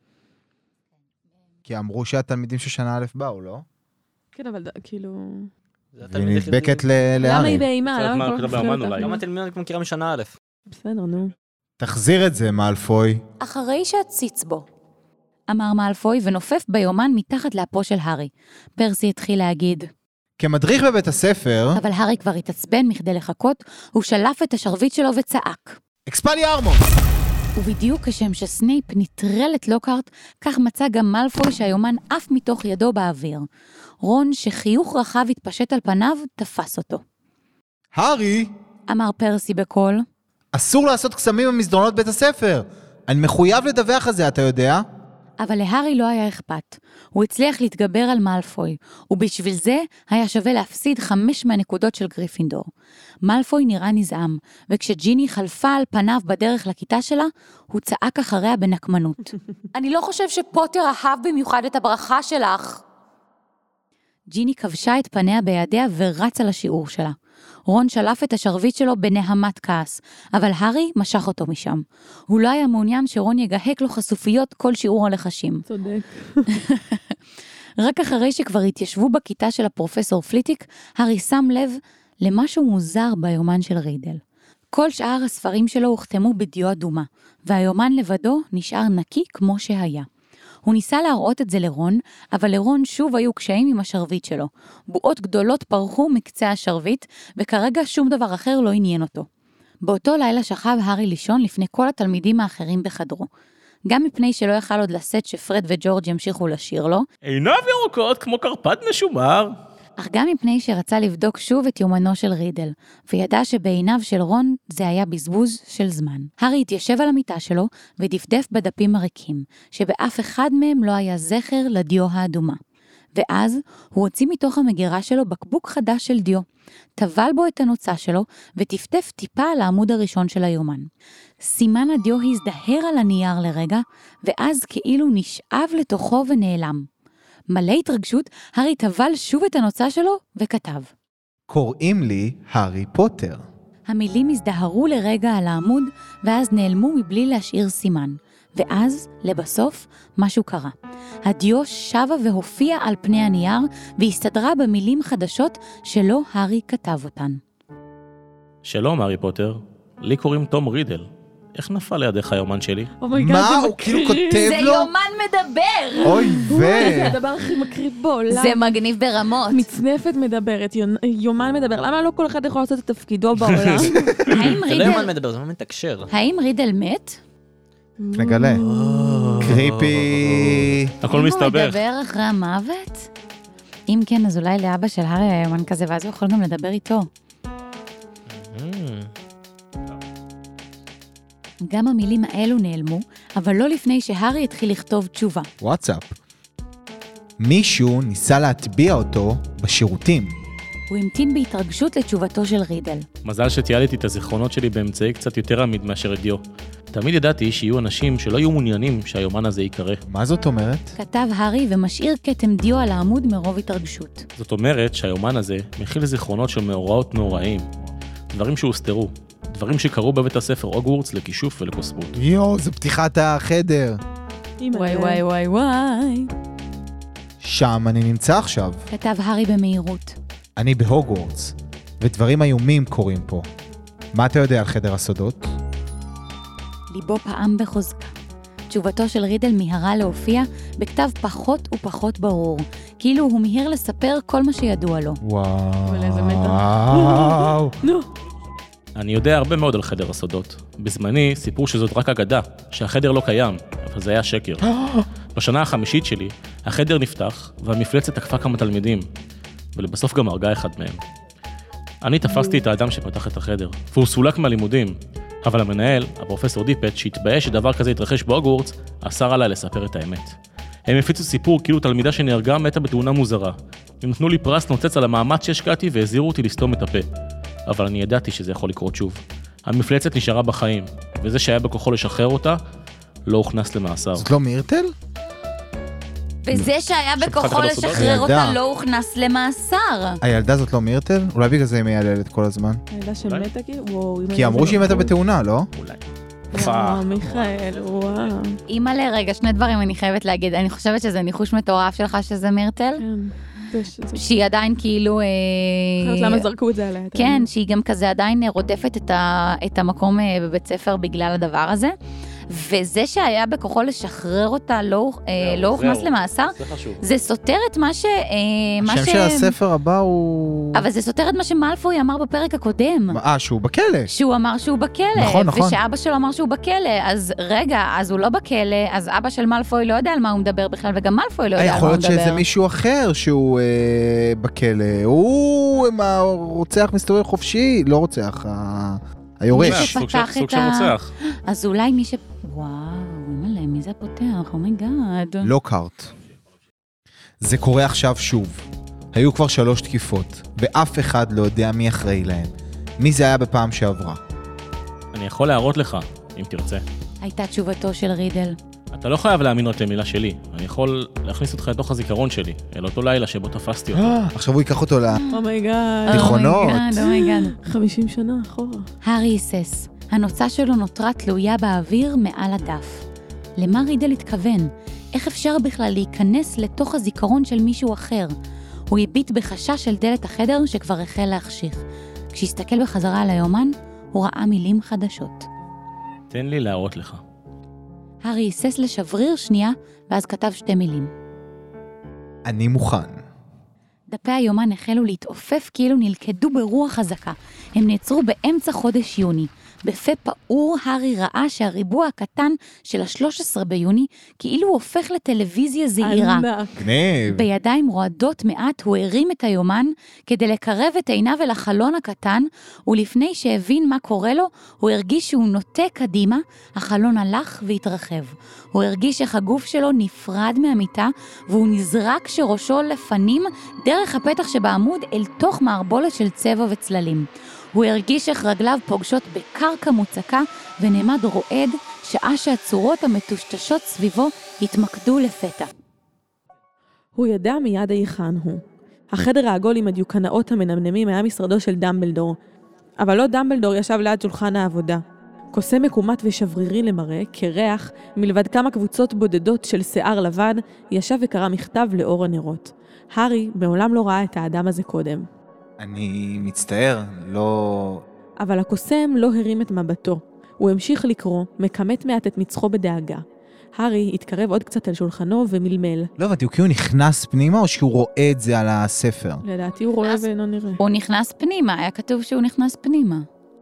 Speaker 4: כי אמרו שהתלמידים ששנה א' באו, לא?
Speaker 3: כן, אבל כאילו...
Speaker 4: והיא נדבקת לארי.
Speaker 3: למה היא באימה?
Speaker 1: למה היא באומן אולי?
Speaker 6: למה התלמידים כמו מכירה משנה א'?
Speaker 3: בסדר, נו.
Speaker 4: תחזיר את זה, מאלפוי.
Speaker 2: אחרי שהציץ בו. אמר מאלפוי ונופף ביומן מתחת לאפו של הארי. פרסי התחיל להגיד.
Speaker 4: כמדריך בבית הספר...
Speaker 2: אבל הארי כבר התעצבן מכדי לחכות, הוא שלף את השרביט שלו וצעק.
Speaker 4: אקספלי ארמון!
Speaker 2: ובדיוק כשם שסנייפ נטרל את לוקהרט, כך מצא גם מאלפוי שהיומן עף מתוך ידו באוויר. רון, שחיוך רחב התפשט על פניו, תפס אותו.
Speaker 4: הארי!
Speaker 2: אמר פרסי בקול.
Speaker 4: אסור לעשות קסמים במסדרונות בית הספר. אני מחויב לדווח על זה, אתה יודע?
Speaker 2: אבל להארי לא היה אכפת. הוא הצליח להתגבר על מאלפוי, ובשביל זה היה שווה להפסיד חמש מהנקודות של גריפינדור. מאלפוי נראה נזעם, וכשג'יני חלפה על פניו בדרך לכיתה שלה, הוא צעק אחריה בנקמנות. אני לא חושב שפוטר אהב במיוחד את הברכה שלך. ג'יני כבשה את פניה בידיה ורצה לשיעור שלה. רון שלף את השרביט שלו בנהמת כעס, אבל הארי משך אותו משם. הוא לא היה מעוניין שרון יגהק לו חשופיות כל שיעור הלחשים.
Speaker 3: צודק.
Speaker 2: רק אחרי שכבר התיישבו בכיתה של הפרופסור פליטיק, הארי שם לב למשהו מוזר ביומן של רידל. כל שאר הספרים שלו הוחתמו בדיו אדומה, והיומן לבדו נשאר נקי כמו שהיה. הוא ניסה להראות את זה לרון, אבל לרון שוב היו קשיים עם השרביט שלו. בועות גדולות פרחו מקצה השרביט, וכרגע שום דבר אחר לא עניין אותו. באותו לילה שכב הארי לישון לפני כל התלמידים האחרים בחדרו. גם מפני שלא יכל עוד לשאת שפרד וג'ורג' ימשיכו לשיר לו,
Speaker 1: עיניו ירוקות כמו קרפד משומר.
Speaker 2: אך גם מפני שרצה לבדוק שוב את יומנו של רידל, וידע שבעיניו של רון זה היה בזבוז של זמן. הארי התיישב על המיטה שלו ודפדף בדפים הריקים, שבאף אחד מהם לא היה זכר לדיו האדומה. ואז הוא הוציא מתוך המגירה שלו בקבוק חדש של דיו, טבל בו את הנוצה שלו וטפטף טיפה על העמוד הראשון של היומן. סימן הדיו הזדהר על הנייר לרגע, ואז כאילו נשאב לתוכו ונעלם. מלא התרגשות, הארי טבל שוב את הנוצה שלו וכתב.
Speaker 4: קוראים לי הארי פוטר.
Speaker 2: המילים הזדהרו לרגע על העמוד, ואז נעלמו מבלי להשאיר סימן. ואז, לבסוף, משהו קרה. הדיו שבה והופיע על פני הנייר, והסתדרה במילים חדשות שלא הארי כתב אותן.
Speaker 1: שלום, הארי פוטר. לי קוראים תום רידל. איך נפל לידיך היומן שלי?
Speaker 4: מה? הוא כאילו כותב
Speaker 2: זה
Speaker 4: לו?
Speaker 2: יומן מדבר!
Speaker 4: אוי ו...
Speaker 3: זה הדבר הכי מקריב בעולם.
Speaker 2: זה מגניב ברמות.
Speaker 3: מצנפת מדברת, יומן מדבר. למה לא כל אחד יכול לעשות את תפקידו בעולם?
Speaker 2: האם
Speaker 6: זה לא יומן
Speaker 2: רידל...
Speaker 6: מדבר, זה לא מתקשר.
Speaker 2: האם רידל מת?
Speaker 4: נגלה. קריפי.
Speaker 1: הכל
Speaker 2: האם הוא
Speaker 1: מסתבך.
Speaker 2: מדבר אחרי המוות? אם כן, אז אולי לאבא של הארי היה יומן כזה, ואז הוא יכול גם לדבר איתו. גם המילים האלו נעלמו, אבל לא לפני שהארי התחיל לכתוב תשובה.
Speaker 4: וואטסאפ. מישהו ניסה להטביע אותו בשירותים.
Speaker 2: הוא המתין בהתרגשות לתשובתו של רידל.
Speaker 1: מזל שתיאלתי את הזיכרונות שלי באמצעי קצת יותר עמיד מאשר דיו. תמיד ידעתי שיהיו אנשים שלא יהיו מעוניינים שהיומן הזה יקרה.
Speaker 4: מה זאת אומרת?
Speaker 2: כתב הארי ומשאיר כתם דיו על העמוד מרוב התרגשות.
Speaker 1: זאת אומרת שהיומן הזה מכיל זיכרונות של מאורעות נוראים. דברים שהוסתרו. דברים שקרו בבית הספר הוגוורטס לכישוף ולקוסמות.
Speaker 4: יו, זה פתיחת החדר.
Speaker 2: וואי וואי וואי וואי.
Speaker 4: שם אני נמצא עכשיו.
Speaker 2: כתב הארי במהירות.
Speaker 4: אני בהוגוורטס, ודברים איומים קורים פה. מה אתה יודע על חדר הסודות?
Speaker 2: ליבו פעם בחוזקה. תשובתו של רידל מהרה להופיע בכתב פחות ופחות ברור, כאילו הוא מהיר לספר כל מה שידוע לו.
Speaker 4: וואו.
Speaker 3: אבל איזה מתח.
Speaker 4: וואו.
Speaker 3: נו.
Speaker 1: אני יודע הרבה מאוד על חדר הסודות. בזמני סיפרו שזאת רק אגדה, שהחדר לא קיים, אבל זה היה שקר. בשנה החמישית שלי, החדר נפתח, והמפלצת תקפה כמה תלמידים, ולבסוף גם הרגה אחד מהם. אני תפסתי את האדם שפתח את החדר, והוא סולק מהלימודים, אבל המנהל, הפרופסור דיפט, שהתבייש שדבר כזה התרחש בהוגוורטס, אסר עליי לספר את האמת. הם הפיצו סיפור כאילו תלמידה שנהרגה מתה בתאונה מוזרה. הם נתנו לי פרס נוצץ על המאמץ שהשקעתי והזהירו אותי לסתום את הפה. אבל אני ידעתי שזה יכול לקרות שוב. המפלצת נשארה בחיים, וזה שהיה בכוחו לשחרר אותה, לא הוכנס למאסר.
Speaker 4: זאת לא מירטל?
Speaker 2: וזה שהיה בכוחו לשחרר אותה לא הוכנס למאסר.
Speaker 4: הילדה זאת לא מירטל? אולי בגלל זה היא מייללת כל הזמן.
Speaker 3: הילדה שמתה כאילו? וואו.
Speaker 4: כי אמרו שהיא מתה בתאונה, לא?
Speaker 1: אולי.
Speaker 3: וואו, מיכאל, וואו.
Speaker 2: אימא לרגע, שני דברים אני חייבת להגיד. אני חושבת שזה ניחוש מטורף שלך שזה מירטל. שהיא עדיין כאילו...
Speaker 3: למה זרקו את זה עליה?
Speaker 2: כן, שהיא גם כזה עדיין רודפת את המקום בבית ספר בגלל הדבר הזה. וזה שהיה בכוחו לשחרר אותה לא הוכנס למאסר, זה סותר את מה ש...
Speaker 4: השם של הספר הבא הוא...
Speaker 2: אבל זה סותר את מה שמאלפוי אמר בפרק הקודם.
Speaker 4: אה, שהוא בכלא.
Speaker 2: שהוא אמר שהוא בכלא.
Speaker 4: נכון, נכון.
Speaker 2: ושאבא שלו אמר שהוא בכלא. אז רגע, אז הוא לא בכלא, אז אבא של מאלפוי לא יודע על מה הוא מדבר בכלל, וגם מאלפוי לא יודע על מה הוא מדבר.
Speaker 4: יכול להיות שזה מישהו אחר שהוא בכלא. הוא הרוצח מסתובב חופשי, לא רוצח, היורש.
Speaker 1: סוג של רוצח.
Speaker 2: אז אולי מי ש... וואו, מלא, מי זה פותח? אומייגאד.
Speaker 4: לוקהרט. זה קורה עכשיו שוב. היו כבר שלוש תקיפות, ואף אחד לא יודע מי אחראי להם. מי זה היה בפעם שעברה?
Speaker 1: אני יכול להראות לך, אם תרצה.
Speaker 2: הייתה תשובתו של רידל.
Speaker 1: אתה לא חייב להאמין רק למילה שלי. אני יכול להכניס אותך לתוך הזיכרון שלי, אל אותו לילה שבו תפסתי אותו.
Speaker 4: עכשיו הוא ייקח אותו
Speaker 3: אומייגאד.
Speaker 4: לתיכונות.
Speaker 2: אומייגאד.
Speaker 3: חמישים שנה אחורה.
Speaker 2: הארי היסס. הנוצה שלו נותרה תלויה באוויר מעל הדף. למה רידל התכוון? איך אפשר בכלל להיכנס לתוך הזיכרון של מישהו אחר? הוא הביט בחשש של דלת החדר שכבר החל להחשיך. כשהסתכל בחזרה על היומן, הוא ראה מילים חדשות.
Speaker 1: תן לי להראות לך.
Speaker 2: הארי היסס לשבריר שנייה, ואז כתב שתי מילים.
Speaker 4: אני מוכן.
Speaker 2: דפי היומן החלו להתעופף כאילו נלכדו ברוח חזקה. הם נעצרו באמצע חודש יוני. בפה פעור הארי ראה שהריבוע הקטן של ה-שלושה עשר ביוני כאילו הוא הופך לטלוויזיה זעירה.
Speaker 4: גניב.
Speaker 2: בידיים רועדות מעט הוא הרים את היומן כדי לקרב את עיניו אל החלון הקטן, ולפני שהבין מה קורה לו, הוא הרגיש שהוא נוטה קדימה, החלון הלך והתרחב. הוא הרגיש איך הגוף שלו נפרד מהמיטה, והוא נזרק שראשו לפנים דרך הפתח שבעמוד אל תוך מערבולת של צבע וצללים. הוא הרגיש איך רגליו פוגשות בקרקע מוצקה ונעמד רועד שעה שהצורות המטושטשות סביבו התמקדו לפתע.
Speaker 3: הוא ידע מיד היכן הוא. החדר העגול עם הדיוקנאות המנמנמים היה משרדו של דמבלדור, אבל לא דמבלדור ישב ליד שולחן העבודה. קוסם מקומט ושברירי למראה, כריח, מלבד כמה קבוצות בודדות של שיער לבן, ישב וקרא מכתב לאור הנרות. הארי מעולם לא ראה את האדם הזה קודם.
Speaker 4: אני מצטער, לא...
Speaker 3: אבל הקוסם לא הרים את מבטו. הוא המשיך לקרוא, מקמת מעט את מצחו בדאגה. הארי התקרב עוד קצת על שולחנו ומלמל.
Speaker 4: לא הבנתי, הוא כאילו נכנס פנימה או שהוא רואה את זה על הספר?
Speaker 3: לדעתי הוא רואה ואינו נראה.
Speaker 2: הוא נכנס פנימה, היה כתוב שהוא נכנס פנימה.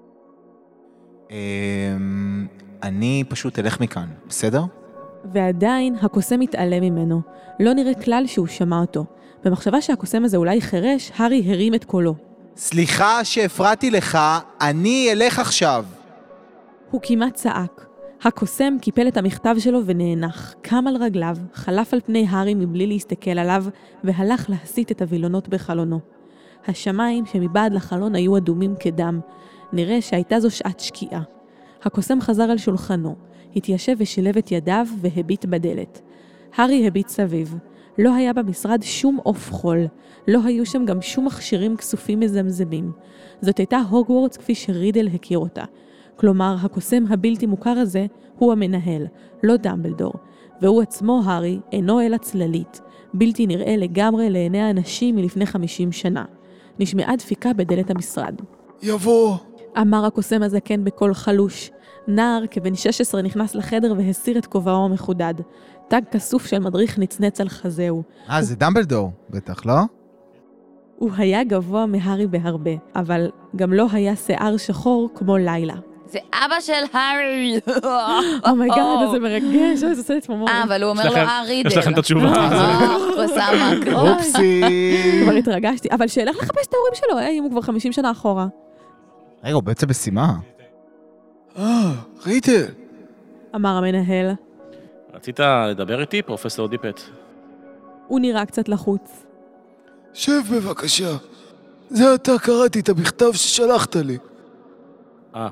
Speaker 4: אני פשוט אלך מכאן, בסדר?
Speaker 3: ועדיין הקוסם מתעלם ממנו. לא נראה כלל שהוא שמע אותו. במחשבה שהקוסם הזה אולי חרש, הארי הרים את קולו.
Speaker 4: סליחה שהפרעתי לך, אני אלך עכשיו.
Speaker 3: הוא כמעט צעק. הקוסם קיפל את המכתב שלו ונאנח, קם על רגליו, חלף על פני הארי מבלי להסתכל עליו, והלך להסיט את הווילונות בחלונו. השמיים שמבעד לחלון היו אדומים כדם. נראה שהייתה זו שעת שקיעה. הקוסם חזר על שולחנו, התיישב ושילב את ידיו והביט בדלת. הארי הביט סביב. לא היה במשרד שום אוף חול. לא היו שם גם שום מכשירים כסופים מזמזמים. זאת הייתה הוגוורטס כפי שרידל הכיר אותה. כלומר, הקוסם הבלתי מוכר הזה הוא המנהל, לא דמבלדור. והוא עצמו, הארי, אינו אלא צללית. בלתי נראה לגמרי לעיני האנשים מלפני חמישים שנה. נשמעה דפיקה בדלת המשרד.
Speaker 8: יבוא!
Speaker 3: אמר הקוסם הזה כן בקול חלוש. נער כבן שש עשרה נכנס לחדר והסיר את כובעו המחודד. תג כסוף של מדריך נצנץ על חזהו.
Speaker 4: אה, זה דמבלדור, בטח, לא?
Speaker 3: הוא היה גבוה מהארי בהרבה, אבל גם לא היה שיער שחור כמו לילה.
Speaker 2: זה אבא של הארי.
Speaker 3: אומייגאד, זה מרגש, זה עושה את עצמו.
Speaker 2: אה, אבל הוא אומר לו, אה, רידל.
Speaker 1: יש לכם את התשובה.
Speaker 2: קוסאמה.
Speaker 4: אופסי.
Speaker 3: כבר התרגשתי, אבל שילך לחפש את ההורים שלו, אם הוא כבר חמישים שנה אחורה.
Speaker 4: רגע, הוא בעצם בשימה.
Speaker 8: אה, רידל.
Speaker 3: אמר המנהל.
Speaker 1: רצית לדבר איתי, פרופסור דיפט?
Speaker 3: הוא נראה קצת לחוץ.
Speaker 8: שב בבקשה. זה אתה קראתי את המכתב ששלחת לי.
Speaker 1: אה.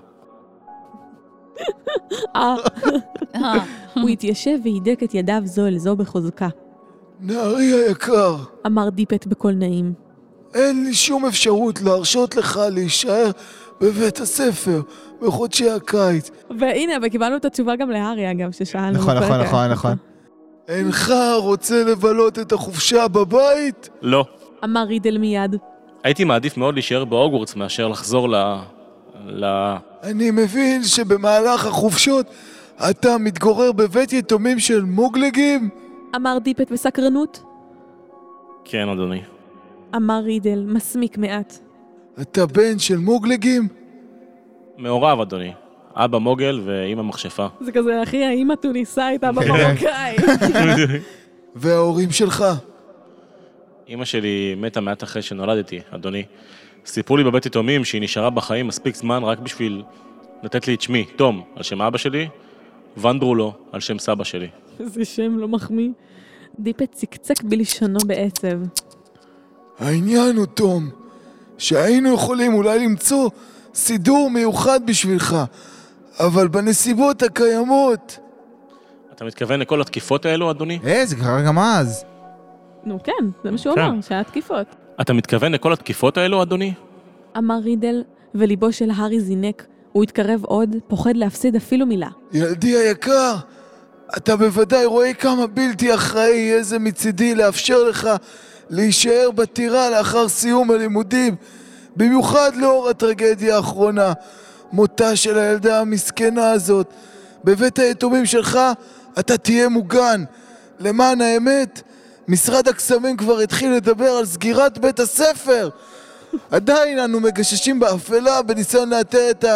Speaker 3: אה. הוא התיישב והידק את ידיו זו אל זו בחוזקה.
Speaker 8: נערי היקר.
Speaker 3: אמר דיפט בקול נעים.
Speaker 8: אין לי שום אפשרות להרשות לך להישאר בבית הספר בחודשי הקיץ.
Speaker 3: והנה, וקיבלנו את התשובה גם להארי, אגב, ששאלנו.
Speaker 4: נכון, נכון, נכון, נכון.
Speaker 8: אינך רוצה לבלות את החופשה בבית?
Speaker 1: לא.
Speaker 3: אמר רידל מיד.
Speaker 1: הייתי מעדיף מאוד להישאר בהוגוורטס מאשר לחזור ל... ל...
Speaker 8: אני מבין שבמהלך החופשות אתה מתגורר בבית יתומים של מוגלגים?
Speaker 3: אמר דיפט בסקרנות.
Speaker 1: כן, אדוני.
Speaker 3: אמר רידל, מסמיק מעט.
Speaker 8: אתה בן של מוגלגים?
Speaker 1: מעורב, אדוני. אבא מוגל ואמא מכשפה.
Speaker 3: זה כזה, אחי, האמא טוניסאית, אבא מרוקאי.
Speaker 8: וההורים שלך?
Speaker 1: אמא שלי מתה מעט אחרי שנולדתי, אדוני. סיפרו לי בבית יתומים שהיא נשארה בחיים מספיק זמן רק בשביל לתת לי את שמי, תום, על שם אבא שלי, ונדרולו, על שם סבא שלי.
Speaker 3: זה שם לא מחמיא. דיפט צקצק בלשונו בעצב.
Speaker 8: העניין הוא, תום, שהיינו יכולים אולי למצוא סידור מיוחד בשבילך, אבל בנסיבות הקיימות...
Speaker 1: אתה מתכוון לכל התקיפות האלו, אדוני?
Speaker 4: אה, זה קרה גם אז.
Speaker 3: נו כן, זה מה שהוא
Speaker 1: כן.
Speaker 3: אמר, שהיה תקיפות.
Speaker 1: אתה מתכוון לכל התקיפות האלו, אדוני?
Speaker 3: אמר רידל, וליבו של הארי זינק. הוא התקרב עוד, פוחד להפסיד אפילו מילה.
Speaker 8: ילדי היקר, אתה בוודאי רואה כמה בלתי אחראי איזה מצידי לאפשר לך להישאר בטירה לאחר סיום הלימודים, במיוחד לאור הטרגדיה האחרונה, מותה של הילדה המסכנה הזאת. בבית היתומים שלך אתה תהיה מוגן. למען האמת, משרד הקסמים כבר התחיל לדבר על סגירת בית הספר. עדיין אנו מגששים באפלה בניסיון לאתר את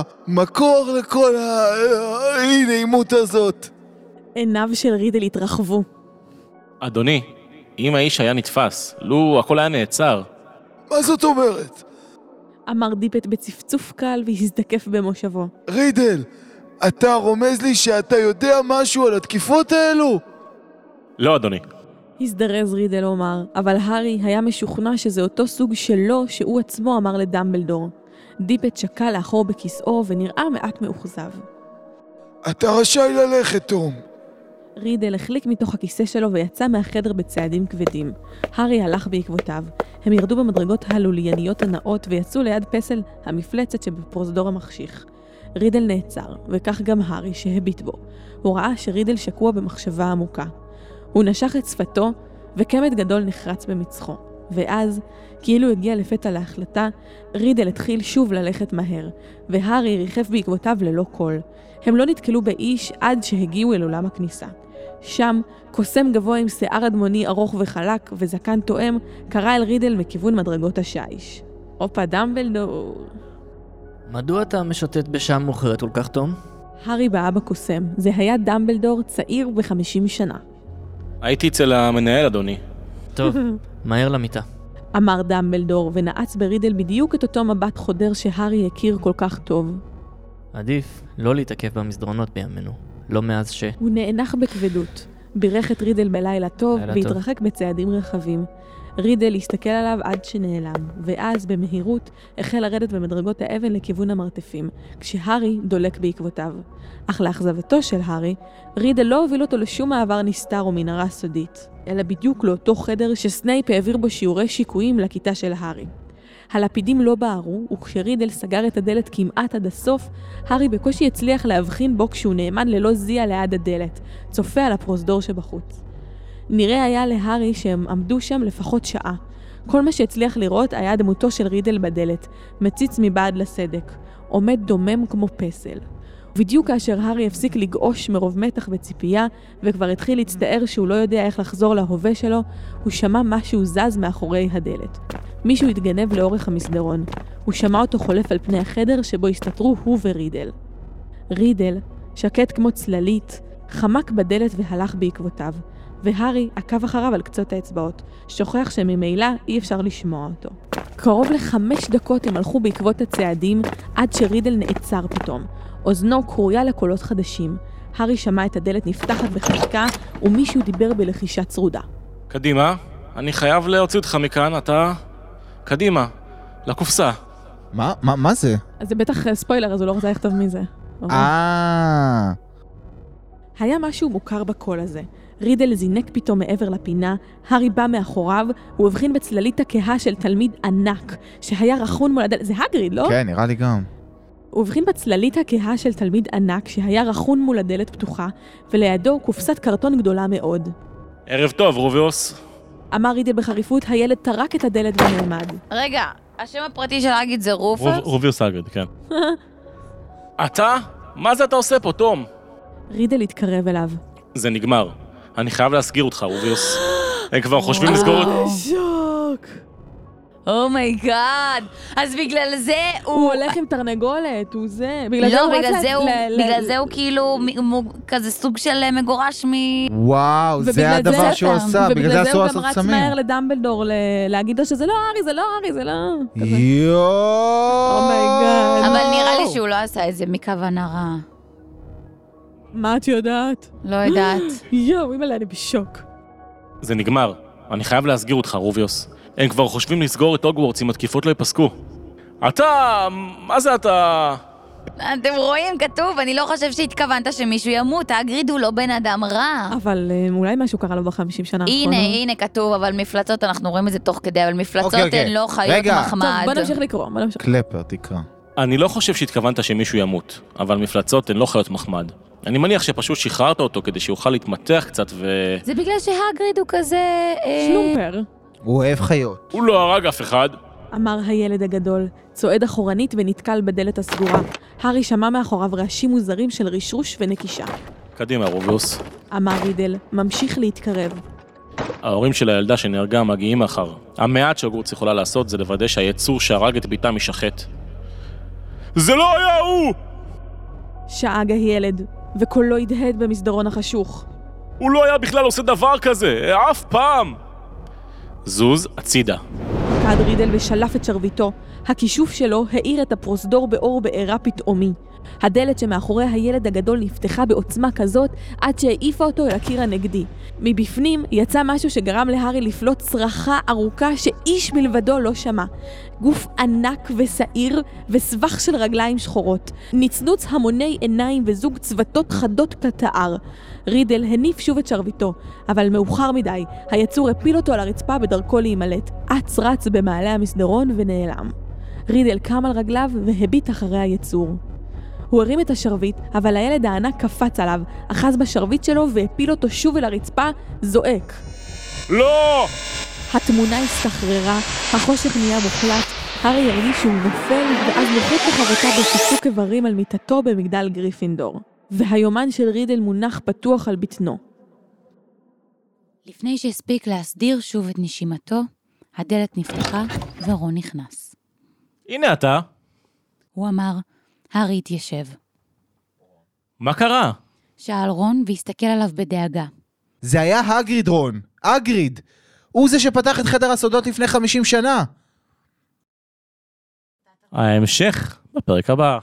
Speaker 8: המקור לכל האי-נעימות הזאת.
Speaker 3: עיניו של רידל התרחבו.
Speaker 1: אדוני, אם האיש היה נתפס, לו הכל היה נעצר.
Speaker 8: מה זאת אומרת?
Speaker 3: אמר דיפט בצפצוף קל והזדקף במושבו.
Speaker 8: רידל, אתה רומז לי שאתה יודע משהו על התקיפות האלו?
Speaker 1: לא, אדוני.
Speaker 3: הזדרז רידל אומר, אבל הארי היה משוכנע שזה אותו סוג שלו שהוא עצמו אמר לדמבלדור. דיפט שקע לאחור בכיסאו ונראה מעט מאוכזב.
Speaker 8: אתה רשאי ללכת, תום.
Speaker 3: רידל החליק מתוך הכיסא שלו ויצא מהחדר בצעדים כבדים. הארי הלך בעקבותיו. הם ירדו במדרגות הלולייניות הנאות ויצאו ליד פסל המפלצת שבפרוזדור המחשיך. רידל נעצר, וכך גם הארי שהביט בו. הוא ראה שרידל שקוע במחשבה עמוקה. הוא נשך את שפתו, וקמט גדול נחרץ במצחו. ואז, כאילו הגיע לפתע להחלטה, רידל התחיל שוב ללכת מהר, והארי ריחף בעקבותיו ללא קול. הם לא נתקלו באיש עד שהגיעו אל עולם הכניסה. שם, קוסם גבוה עם שיער אדמוני ארוך וחלק וזקן תואם, קרא אל רידל מכיוון מדרגות השיש. הופה דמבלדור.
Speaker 6: מדוע אתה משוטט בשעה מאוחרת כל כך, תום?
Speaker 3: הארי באה בקוסם. זה היה דמבלדור צעיר ב-חמישים שנה.
Speaker 1: הייתי אצל המנהל, אדוני.
Speaker 6: טוב, מהר למיטה.
Speaker 3: אמר דמבלדור ונעץ ברידל בדיוק את אותו מבט חודר שהארי הכיר כל כך טוב.
Speaker 6: עדיף לא להתעכב במסדרונות בימינו, לא מאז ש...
Speaker 3: הוא נאנח בכבדות, בירך את רידל בלילה טוב
Speaker 6: לילה
Speaker 3: והתרחק בצעדים רחבים. רידל הסתכל עליו עד שנעלם, ואז במהירות החל לרדת במדרגות האבן לכיוון המרתפים, כשהארי דולק בעקבותיו. אך לאכזבתו של הארי, רידל לא הוביל אותו לשום מעבר נסתר או מנהרה סודית, אלא בדיוק לאותו חדר שסנייפ העביר בו שיעורי שיקויים לכיתה של הארי. הלפידים לא בערו, וכשרידל סגר את הדלת כמעט עד הסוף, הארי בקושי הצליח להבחין בו כשהוא נעמד ללא זיע ליד הדלת, צופה על הפרוזדור שבחוץ. נראה היה להארי שהם עמדו שם לפחות שעה. כל מה שהצליח לראות היה דמותו של רידל בדלת, מציץ מבעד לסדק, עומד דומם כמו פסל. בדיוק כאשר הארי הפסיק לגעוש מרוב מתח וציפייה, וכבר התחיל להצטער שהוא לא יודע איך לחזור להווה שלו, הוא שמע משהו זז מאחורי הדלת. מישהו התגנב לאורך המסדרון. הוא שמע אותו חולף על פני החדר שבו הסתתרו הוא ורידל. רידל, שקט כמו צללית, חמק בדלת והלך בעקבותיו, והארי עקב אחריו על קצות האצבעות, שוכח שממילא אי אפשר לשמוע אותו. קרוב לחמש דקות הם הלכו בעקבות הצעדים, עד שרידל נעצר פתאום. אוזנו קרויה לקולות חדשים. הארי שמע את הדלת נפתחת בחלקה, ומישהו דיבר בלחישה צרודה.
Speaker 1: קדימה, אני חייב להוציא אותך מכאן, אתה... קדימה, לקופסה.
Speaker 4: מה? מה, מה זה?
Speaker 3: אז זה בטח ספוילר, אז הוא לא רוצה לכתוב מי זה.
Speaker 4: אה...
Speaker 3: היה משהו מוכר בקול הזה. רידל זינק פתאום מעבר לפינה, הארי בא מאחוריו, הוא הבחין בצללית הכהה של תלמיד ענק, שהיה רכון מול הדלת. זה הגריד, לא?
Speaker 4: כן, נראה לי גם.
Speaker 3: הוא הבחין בצללית הכהה של תלמיד ענק, שהיה רכון מול הדלת פתוחה, ולידו קופסת קרטון גדולה מאוד.
Speaker 1: ערב טוב, רוביוס.
Speaker 3: אמר רידל בחריפות, הילד טרק את הדלת ונעמד.
Speaker 2: רגע, השם הפרטי של אגיד זה רופוס?
Speaker 1: רוביוס אגריד, כן. אתה? מה זה אתה עושה פה, תום?
Speaker 3: רידל התקרב אליו.
Speaker 1: זה נגמר. אני חייב להסגיר אותך, רוביוס. הם כבר חושבים לסגור את...
Speaker 3: שוק!
Speaker 2: אומייגאד! אז בגלל זה הוא...
Speaker 3: הוא הולך עם תרנגולת, הוא זה...
Speaker 2: לא, בגלל זה הוא כאילו כזה סוג של מגורש מ...
Speaker 4: וואו, זה הדבר שהוא עושה, בגלל זה אסור לעשות
Speaker 3: ובגלל זה הוא גם רץ
Speaker 4: סמים.
Speaker 3: מהר לדמבלדור להגיד לו שזה לא הארי, זה לא הארי, זה לא...
Speaker 4: יואו!
Speaker 3: אומייגאד.
Speaker 2: אבל נראה לי שהוא לא עשה את זה מכוונה רעה.
Speaker 3: מה את יודעת?
Speaker 2: לא יודעת.
Speaker 3: יואו, אימא'לה, אני בשוק.
Speaker 1: זה נגמר. אני חייב להסגיר אותך, רוביוס. הם כבר חושבים לסגור את הוגוורטס אם התקיפות לא ייפסקו. אתה... מה זה אתה...
Speaker 2: אתם רואים, כתוב, אני לא חושב שהתכוונת שמישהו ימות, הגריד הוא לא בן אדם רע.
Speaker 3: אבל אה, אולי משהו קרה לו בחמישים שנה האחרונות.
Speaker 2: הנה, הנה כתוב, אבל מפלצות, אנחנו רואים את זה תוך כדי, אבל מפלצות הן לא חיות מחמד.
Speaker 3: טוב, בוא נמשיך לקרוא, בוא נמשיך.
Speaker 4: קלפר, תקרא.
Speaker 1: אני לא חושב שהתכוונת שמישהו ימות, אבל מפלצות הן לא חיות מחמד. אני מניח שפשוט שחררת אותו כדי שיוכל להתמתח קצת ו...
Speaker 2: זה בגלל שהגריד הוא כזה...
Speaker 3: שלומפר.
Speaker 4: הוא אוהב חיות.
Speaker 1: הוא לא הרג אף אחד.
Speaker 3: אמר הילד הגדול, צועד אחורנית ונתקל בדלת הסגורה. הארי שמע מאחוריו רעשים מוזרים של רשרוש ונקישה.
Speaker 1: קדימה, רוביוס.
Speaker 3: אמר רידל, ממשיך להתקרב.
Speaker 1: ההורים של הילדה שנהרגה מגיעים אחר. המעט שהוגרוץ יכולה לעשות זה לוודא שהיצור שהרג את ביתה משחט. זה לא היה הוא!
Speaker 3: שאג הילד, וקולו הדהד במסדרון החשוך.
Speaker 1: הוא לא היה בכלל עושה דבר כזה, אף פעם! זוז הצידה.
Speaker 3: קד רידל ושלף את שרביטו. הכישוף שלו האיר את הפרוזדור באור בעירה פתאומי. הדלת שמאחורי הילד הגדול נפתחה בעוצמה כזאת עד שהעיפה אותו אל הקיר הנגדי. מבפנים יצא משהו שגרם להארי לפלוט צרחה ארוכה שאיש מלבדו לא שמע. גוף ענק וסעיר וסבך של רגליים שחורות. נצנוץ המוני עיניים וזוג צוותות חדות כתער. רידל הניף שוב את שרביטו, אבל מאוחר מדי, היצור הפיל אותו על הרצפה בדרכו להימלט. אץ רץ במעלה המסדרון ונעלם. רידל קם על רגליו והביט אחרי היצור. הוא הרים את השרביט, אבל הילד הענק קפץ עליו, אחז בשרביט שלו והפיל אותו שוב אל הרצפה, זועק.
Speaker 1: לא!
Speaker 3: התמונה הסתחררה, החושך נהיה מוחלט, הארי הרגיש שהוא נופל, ואז נוחות בחבטה בפיצוק איברים על מיטתו במגדל גריפינדור. והיומן של רידל מונח פתוח על בטנו.
Speaker 2: לפני שהספיק להסדיר שוב את נשימתו, הדלת נפתחה ורון נכנס.
Speaker 1: הנה אתה.
Speaker 2: הוא אמר, הארי התיישב.
Speaker 1: מה קרה?
Speaker 2: שאל רון והסתכל עליו בדאגה.
Speaker 4: זה היה הגריד, רון. הגריד. הוא זה שפתח את חדר הסודות לפני חמישים שנה.
Speaker 1: ההמשך בפרק הבא.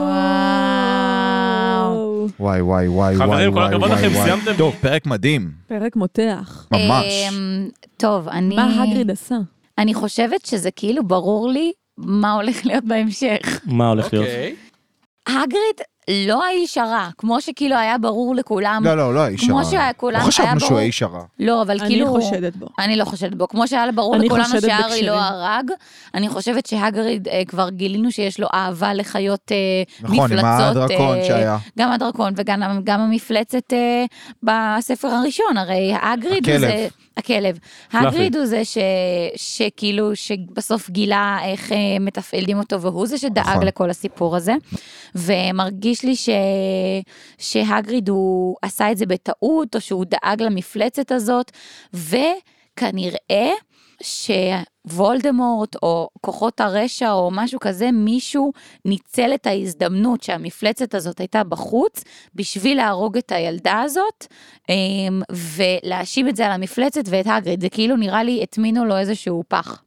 Speaker 4: וואי וואי וואי.
Speaker 1: חברים, כל הכבוד לכם, סיימתם.
Speaker 4: טוב, פרק מדהים.
Speaker 3: פרק מותח.
Speaker 4: ממש.
Speaker 2: טוב, אני...
Speaker 3: מה הגריד עשה?
Speaker 2: אני חושבת שזה כאילו ברור לי מה הולך להיות בהמשך.
Speaker 1: מה הולך להיות?
Speaker 2: הגריד לא האיש הרע, כמו שכאילו היה ברור לכולם.
Speaker 4: לא, לא, לא האיש הרע.
Speaker 2: כמו שכולם
Speaker 4: לא חשבנו שהוא האיש הרע.
Speaker 2: לא, אבל כאילו...
Speaker 3: אני חושדת בו.
Speaker 2: אני לא חושדת בו. כמו שהיה ברור לכולנו שהארי לא הרג, אני חושבת שהגריד כבר גילינו שיש לו אהבה לחיות מפלצות.
Speaker 4: נכון, עם הדרקון שהיה.
Speaker 2: גם הדרקון וגם המפלצת בספר הראשון, הרי הגריד הוא זה... הכלב. הגריד הוא זה שכאילו, שבסוף גילה איך מתפעלים אותו, והוא זה שדאג לכל הסיפור הזה. ומרגיש לי שהגריד הוא עשה את זה בטעות, או שהוא דאג למפלצת הזאת, וכנראה שוולדמורט או כוחות הרשע או משהו כזה, מישהו ניצל את ההזדמנות שהמפלצת הזאת הייתה בחוץ, בשביל להרוג את הילדה הזאת, ולהשיב את זה על המפלצת ואת הגריד. זה כאילו נראה לי התמינו לו איזשהו פח.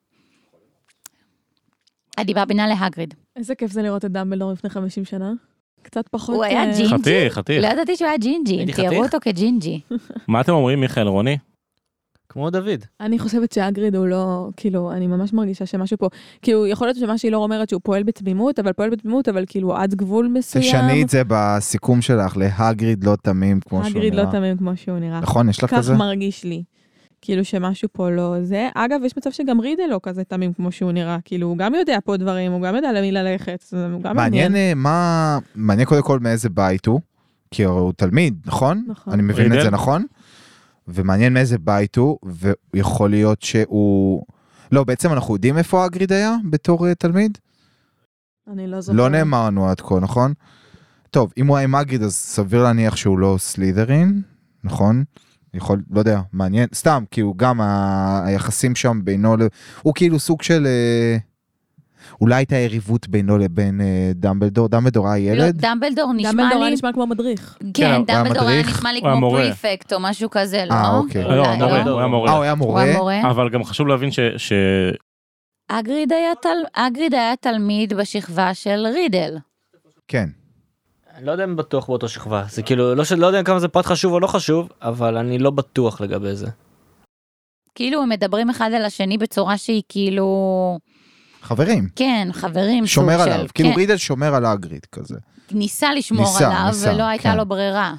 Speaker 2: אני מאמינה להגריד.
Speaker 3: איזה כיף זה לראות את דמבלדור לפני חמישים שנה. קצת פחות...
Speaker 2: הוא היה ג'ינג'י?
Speaker 1: חתיך, חתיך.
Speaker 2: לא ידעתי שהוא היה ג'ינג'י, תיארו אותו כג'ינג'י.
Speaker 1: מה אתם אומרים, מיכאל, רוני?
Speaker 6: כמו דוד.
Speaker 3: אני חושבת שהגריד הוא לא, כאילו, אני ממש מרגישה שמשהו פה, כאילו, יכול להיות שמה שהיא לא אומרת שהוא פועל בתמימות, אבל פועל בתמימות, אבל כאילו, עד גבול מסוים.
Speaker 4: תשני את זה בסיכום שלך, להגריד לא תמים כמו שהוא נראה.
Speaker 3: הגריד לא תמים כמו שהוא נראה.
Speaker 4: נכון, יש לך כזה?
Speaker 3: כך מרגיש לי. כאילו שמשהו פה לא זה. אגב, יש מצב שגם רידל לא כזה תמים כמו שהוא נראה. כאילו, הוא גם יודע פה דברים, הוא גם יודע למי ללכת.
Speaker 4: מעניין מה, מעניין קודם כל מאיזה בית הוא, כי הוא תלמיד, נכון?
Speaker 3: נכון.
Speaker 4: אני מבין את זה נכון? ומעניין מאיזה בית הוא, ויכול להיות שהוא... לא, בעצם אנחנו יודעים איפה הגריד היה בתור תלמיד?
Speaker 3: אני לא זוכר.
Speaker 4: לא נאמרנו עד כה, נכון? טוב, אם הוא היה עם הגריד, אז סביר להניח שהוא לא סלידרין, נכון? יכול, לא יודע, מעניין, סתם, כי הוא גם ה... היחסים שם בינו, הוא כאילו סוג של... אולי הייתה יריבות בינו לבין דמבלדור, דמבלדור היה ילד?
Speaker 2: לא, דמבלדור נשמע לי...
Speaker 3: דמבלדור היה נשמע כמו מדריך.
Speaker 2: כן, דמבלדור היה נשמע לי כמו פריפקט או משהו כזה, לא?
Speaker 4: אה, אוקיי.
Speaker 1: לא, המורה, הוא היה מורה.
Speaker 4: אה, הוא היה מורה?
Speaker 1: אבל גם חשוב להבין ש...
Speaker 2: אגריד היה תלמיד בשכבה של רידל.
Speaker 4: כן.
Speaker 6: אני לא יודע אם בטוח באותו שכבה. זה כאילו, לא יודע כמה זה פרט חשוב או לא חשוב, אבל אני לא בטוח לגבי זה.
Speaker 2: כאילו הם מדברים אחד על השני בצורה שהיא כאילו...
Speaker 4: חברים.
Speaker 2: כן, חברים.
Speaker 4: שומר
Speaker 2: סוג
Speaker 4: עליו,
Speaker 2: של,
Speaker 4: כאילו
Speaker 2: כן.
Speaker 4: רידל שומר על הגריד כזה.
Speaker 2: ניסה לשמור
Speaker 4: ניסה,
Speaker 2: עליו,
Speaker 4: ניסה,
Speaker 2: ולא הייתה
Speaker 4: כן.
Speaker 2: לו ברירה.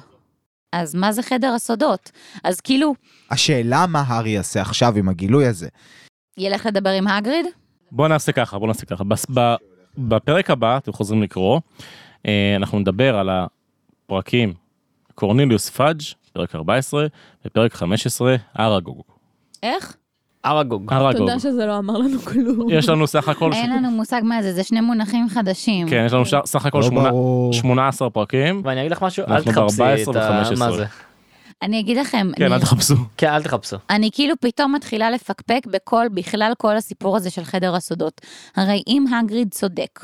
Speaker 2: אז מה זה חדר הסודות? אז כאילו,
Speaker 4: השאלה מה הארי יעשה עכשיו עם הגילוי הזה.
Speaker 2: ילך לדבר עם הגריד?
Speaker 1: בוא נעשה ככה, בוא נעשה ככה. בס- ב- בפרק הבא, אתם חוזרים לקרוא, אה, אנחנו נדבר על הפרקים קורניליוס פאג', פרק ארבע עשרה, ופרק חמש עשרה, אראגוג.
Speaker 2: איך?
Speaker 6: אראגוג.
Speaker 1: אראגוג.
Speaker 3: תודה שזה לא אמר לנו כלום.
Speaker 1: יש לנו סך הכל...
Speaker 2: אין לנו מושג מה זה, זה שני מונחים חדשים.
Speaker 1: כן, יש לנו ש- סך הכל
Speaker 4: לא
Speaker 1: שמונה-
Speaker 4: ברור.
Speaker 1: שמונה עשרה פרקים.
Speaker 6: ואני אגיד לך משהו, אל
Speaker 1: אנחנו
Speaker 6: תחפשי
Speaker 1: ב-ארבע
Speaker 6: את
Speaker 1: עשרה
Speaker 6: ה...
Speaker 1: ו-חמש עשרה.
Speaker 6: מה זה.
Speaker 2: אני אגיד לכם,
Speaker 1: כן,
Speaker 2: אני,
Speaker 1: אל תחפשו.
Speaker 6: כן, אל תחפשו.
Speaker 2: אני כאילו פתאום מתחילה לפקפק בכל, בכלל כל הסיפור הזה של חדר הסודות. הרי אם הגריד צודק,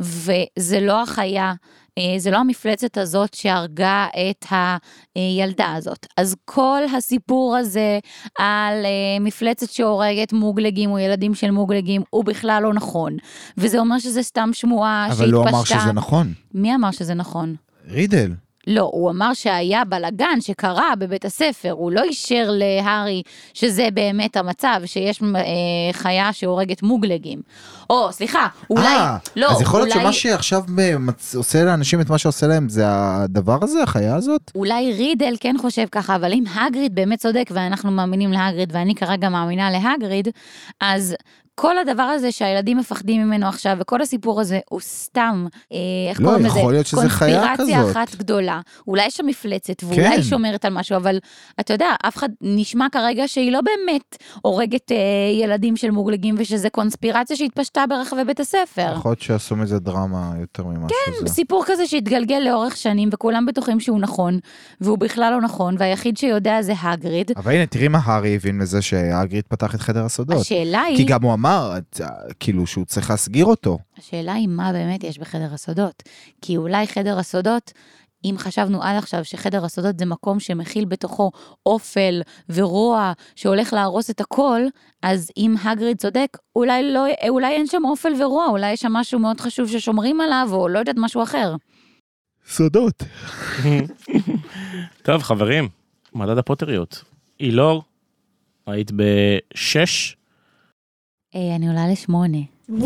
Speaker 2: וזה לא החיה, אה, זה לא המפלצת הזאת שהרגה את הילדה הזאת, אז כל הסיפור הזה על אה, מפלצת שהורגת מוגלגים או ילדים של מוגלגים, הוא בכלל לא נכון. וזה אומר שזה סתם שמועה
Speaker 4: אבל
Speaker 2: שהתפשטה.
Speaker 4: לא אמר שזה נכון.
Speaker 2: מי אמר שזה נכון?
Speaker 4: רידל.
Speaker 2: לא, הוא אמר שהיה בלגן שקרה בבית הספר, הוא לא אישר להרי שזה באמת המצב, שיש אה, חיה שהורגת מוגלגים. או, סליחה, אולי,
Speaker 4: אה,
Speaker 2: לא,
Speaker 4: אז יכול להיות
Speaker 2: אולי,
Speaker 4: שמה שעכשיו מצ- עושה לאנשים את מה שעושה להם זה הדבר הזה, החיה הזאת?
Speaker 2: אולי רידל כן חושב ככה, אבל אם הגריד באמת צודק, ואנחנו מאמינים להגריד, ואני כרגע מאמינה להגריד, אז כל הדבר הזה שהילדים מפחדים ממנו עכשיו, וכל הסיפור הזה הוא סתם, אה, איך
Speaker 4: לא,
Speaker 2: קוראים לזה?
Speaker 4: יכול להיות שזה חיה
Speaker 2: קונספירציה
Speaker 4: כזאת.
Speaker 2: אחת גדולה. אולי יש שם מפלצת, ואולי
Speaker 4: כן.
Speaker 2: היא שומרת על משהו, אבל אתה יודע, אף אחד נשמע כרגע שהיא לא באמת הורגת אה, ילדים של מוגלגים, ושזה קונספירציה שהתפשטה ברחבי בית הספר.
Speaker 4: יכול להיות שעשו מזה דרמה יותר ממה שזה.
Speaker 2: סיפור כזה שהתגלגל לאורך שנים, וכולם בטוחים שהוא נכון, והוא בכלל לא נכון, והיחיד שיודע זה הגריד.
Speaker 4: אבל הנה, תראי מה הארי הבין לזה שהגריד פתח את חדר הסודות.
Speaker 2: השאלה היא...
Speaker 4: כי גם הוא אמר, את- כאילו, שהוא צריך להסגיר אותו.
Speaker 2: השאלה היא מה באמת יש בחדר הסודות. כי אולי חדר הסודות, אם חשבנו עד עכשיו שחדר הסודות זה מקום שמכיל בתוכו אופל ורוע שהולך להרוס את הכל, אז אם הגריד צודק, אולי, לא, אולי אין שם אופל ורוע, אולי יש שם משהו מאוד חשוב ששומרים עליו, או לא יודעת משהו אחר.
Speaker 4: סודות.
Speaker 1: טוב, חברים, מדד הפוטריות. אילור, היית בשש?
Speaker 2: אה, אני עולה לשמונה.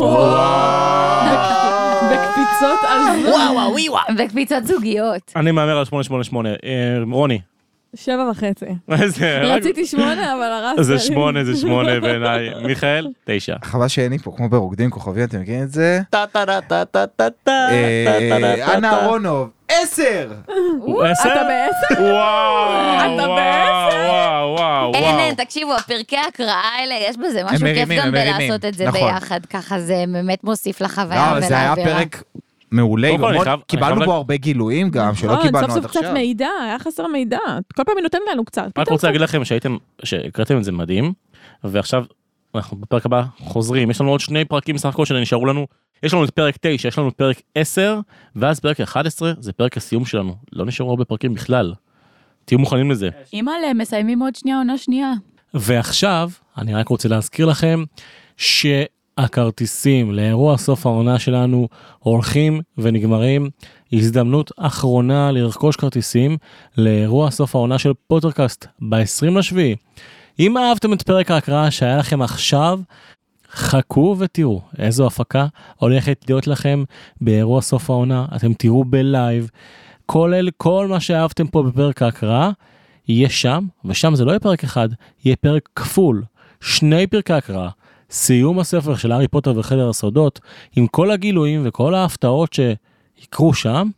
Speaker 3: בקפיצות על זה.
Speaker 5: וואו וואו וואו.
Speaker 2: בקפיצות זוגיות.
Speaker 1: אני מאמר על שמונה שמונה שמונה. אה, רוני.
Speaker 3: שבע וחצי.
Speaker 1: זה רק-
Speaker 3: רציתי שמונה, אבל הרסת לי.
Speaker 1: זה שמונה, זה שמונה בעיניי. מיכאל? תשע.
Speaker 4: חבל שאין לי פה, כמו ברוקדים כוכבים, אתם מכירים את זה?
Speaker 6: טה טה טה טה טה טה טה
Speaker 4: אה, אנה אהרונוב, עשר!
Speaker 1: הוא עשר?
Speaker 3: אתה בעשר?
Speaker 1: וואו,
Speaker 3: אתה
Speaker 1: וואו,
Speaker 3: בעשר?
Speaker 1: וואו, וואו,
Speaker 2: אין,
Speaker 1: וואו.
Speaker 2: אין, תקשיבו, הפרקי הקראה האלה, יש בזה משהו כיף
Speaker 4: מרימים,
Speaker 2: גם
Speaker 4: הם מרימים.
Speaker 2: בלעשות את זה
Speaker 4: נכון.
Speaker 2: ביחד, ככה זה באמת מוסיף לחוויה
Speaker 4: לא, זה היה
Speaker 2: ולאווירה.
Speaker 4: פרק מעולה,
Speaker 1: קודם כל,
Speaker 4: מאוד-
Speaker 1: אני חייב- אני
Speaker 4: קיבלנו
Speaker 1: חייב
Speaker 4: בו
Speaker 1: לה-
Speaker 4: הרבה גילויים גם, שלא
Speaker 3: נכון,
Speaker 4: קיבלנו
Speaker 3: סוף
Speaker 4: עד
Speaker 3: סוף קצת
Speaker 4: עכשיו.
Speaker 3: מידע, היה חסר מידע. כל פעם היא נותנת לנו קצת.
Speaker 1: רק
Speaker 3: פתאום
Speaker 1: רוצה
Speaker 3: קצת.
Speaker 1: להגיד לכם שהייתם, שהקראתם את זה מדהים, ועכשיו אנחנו בפרק הבא חוזרים, יש לנו עוד שני פרקים סך הכל שנשארו לנו, יש לנו את פרק תשע, יש לנו את פרק עשר, ואז פרק אחת עשרה, זה פרק הסיום שלנו, לא נשארו הרבה פרקים בכלל, תהיו מוכנים לזה.
Speaker 2: אימא'לה, מסיימים עוד שנייה, עונה שנייה.
Speaker 1: ועכשיו, אני רק רוצה להזכיר לכם, שהכרטיסים לאירוע סוף העונה שלנו הולכים ונגמרים, הזדמנות אחרונה לרכוש כרטיסים לאירוע סוף העונה של פוטרקאסט ב-עשרים לשביעי. אם אהבתם את פרק ההקראה שהיה לכם עכשיו, חכו ותראו איזו הפקה הולכת להיות לכם באירוע סוף העונה, אתם תראו בלייב, כולל כל מה שאהבתם פה בפרק ההקראה, יהיה שם, ושם זה לא יהיה פרק אחד, יהיה פרק כפול, שני פרקי הקראה, סיום הספר של הארי פוטר וחדר הסודות, עם כל הגילויים וכל ההפתעות שיקרו שם,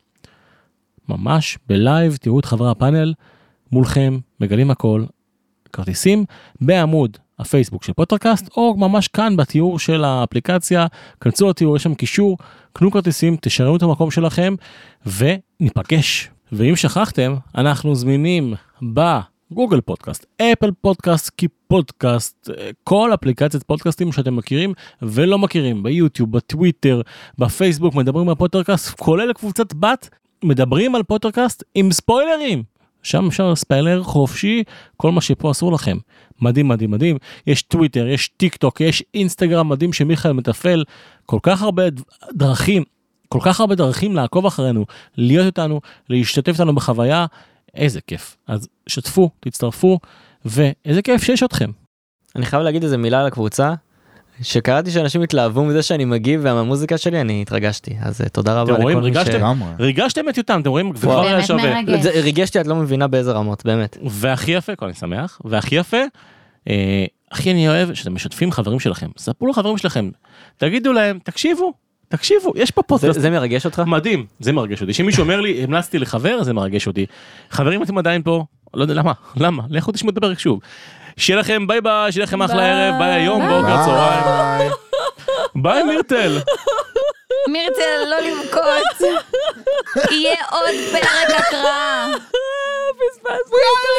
Speaker 1: ממש בלייב, תראו את חברי הפאנל, מולכם, מגלים הכל, כרטיסים בעמוד הפייסבוק של פוטרקאסט, או ממש כאן בתיאור של האפליקציה, כנסו לתיאור, יש שם קישור, קנו כרטיסים, תשארו את המקום שלכם, וניפגש. ואם שכחתם, אנחנו זמינים בגוגל פודקאסט, אפל פודקאסט, קי פודקאסט, כל אפליקציית פודקאסטים שאתם מכירים ולא מכירים, ביוטיוב, בטוויטר, בפייסבוק, מדברים על פוטרקאסט, כולל קבוצת בת, מדברים על פוטרקאסט עם ספוילרים. שם אפשר ספיילר חופשי, כל מה שפה אסור לכם. מדהים, מדהים, מדהים. יש טוויטר, יש טיק טוק, יש אינסטגרם מדהים שמיכאל מתפעל. כל כך הרבה דרכים, כל כך הרבה דרכים לעקוב אחרינו, להיות איתנו, להשתתף איתנו בחוויה. איזה כיף. אז שתפו, תצטרפו, ואיזה כיף שיש אתכם.
Speaker 6: אני חייב להגיד איזה מילה על הקבוצה. שקראתי שאנשים התלהבו מזה שאני מגיב, והמוזיקה שלי אני התרגשתי, אז תודה רבה לכל מי ש...
Speaker 1: ריגשתם את יותם, אתם רואים?
Speaker 2: באמת מרגש.
Speaker 6: ריגשתי, את לא מבינה באיזה רמות, באמת.
Speaker 1: והכי יפה, אני שמח, והכי יפה, הכי אני אוהב שאתם משתפים חברים שלכם, ספרו לחברים שלכם, תגידו להם, תקשיבו, תקשיבו, יש פה פודקאסט.
Speaker 6: זה מרגש אותך?
Speaker 1: מדהים, זה מרגש אותי. שמישהו אומר לי, המלצתי לחבר, זה מרגש אותי. חברים, אתם עדיין פה, לא יודע למה, למה? לכו תשמעו את הפרק שוב. שיהיה לכם ביי ביי, שיהיה לכם אחלה ערב, ביי היום, בוקר, צהריים. ביי מירטל.
Speaker 2: מירטל, לא לבכות. יהיה עוד פרק הקראה.
Speaker 3: פספס.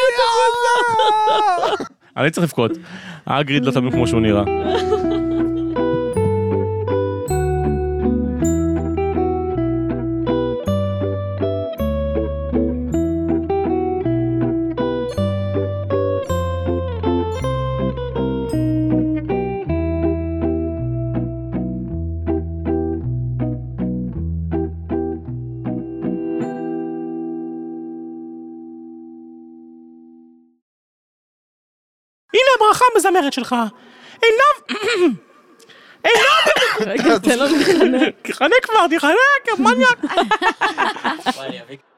Speaker 1: אני צריך לבכות. האגריד לא תמיד כמו שהוא נראה. הנה הברכה המזמרת שלך. עינב... עינב...
Speaker 3: רגע, תן לו לחנק.
Speaker 1: תחנק כבר, תחנק, מניאק.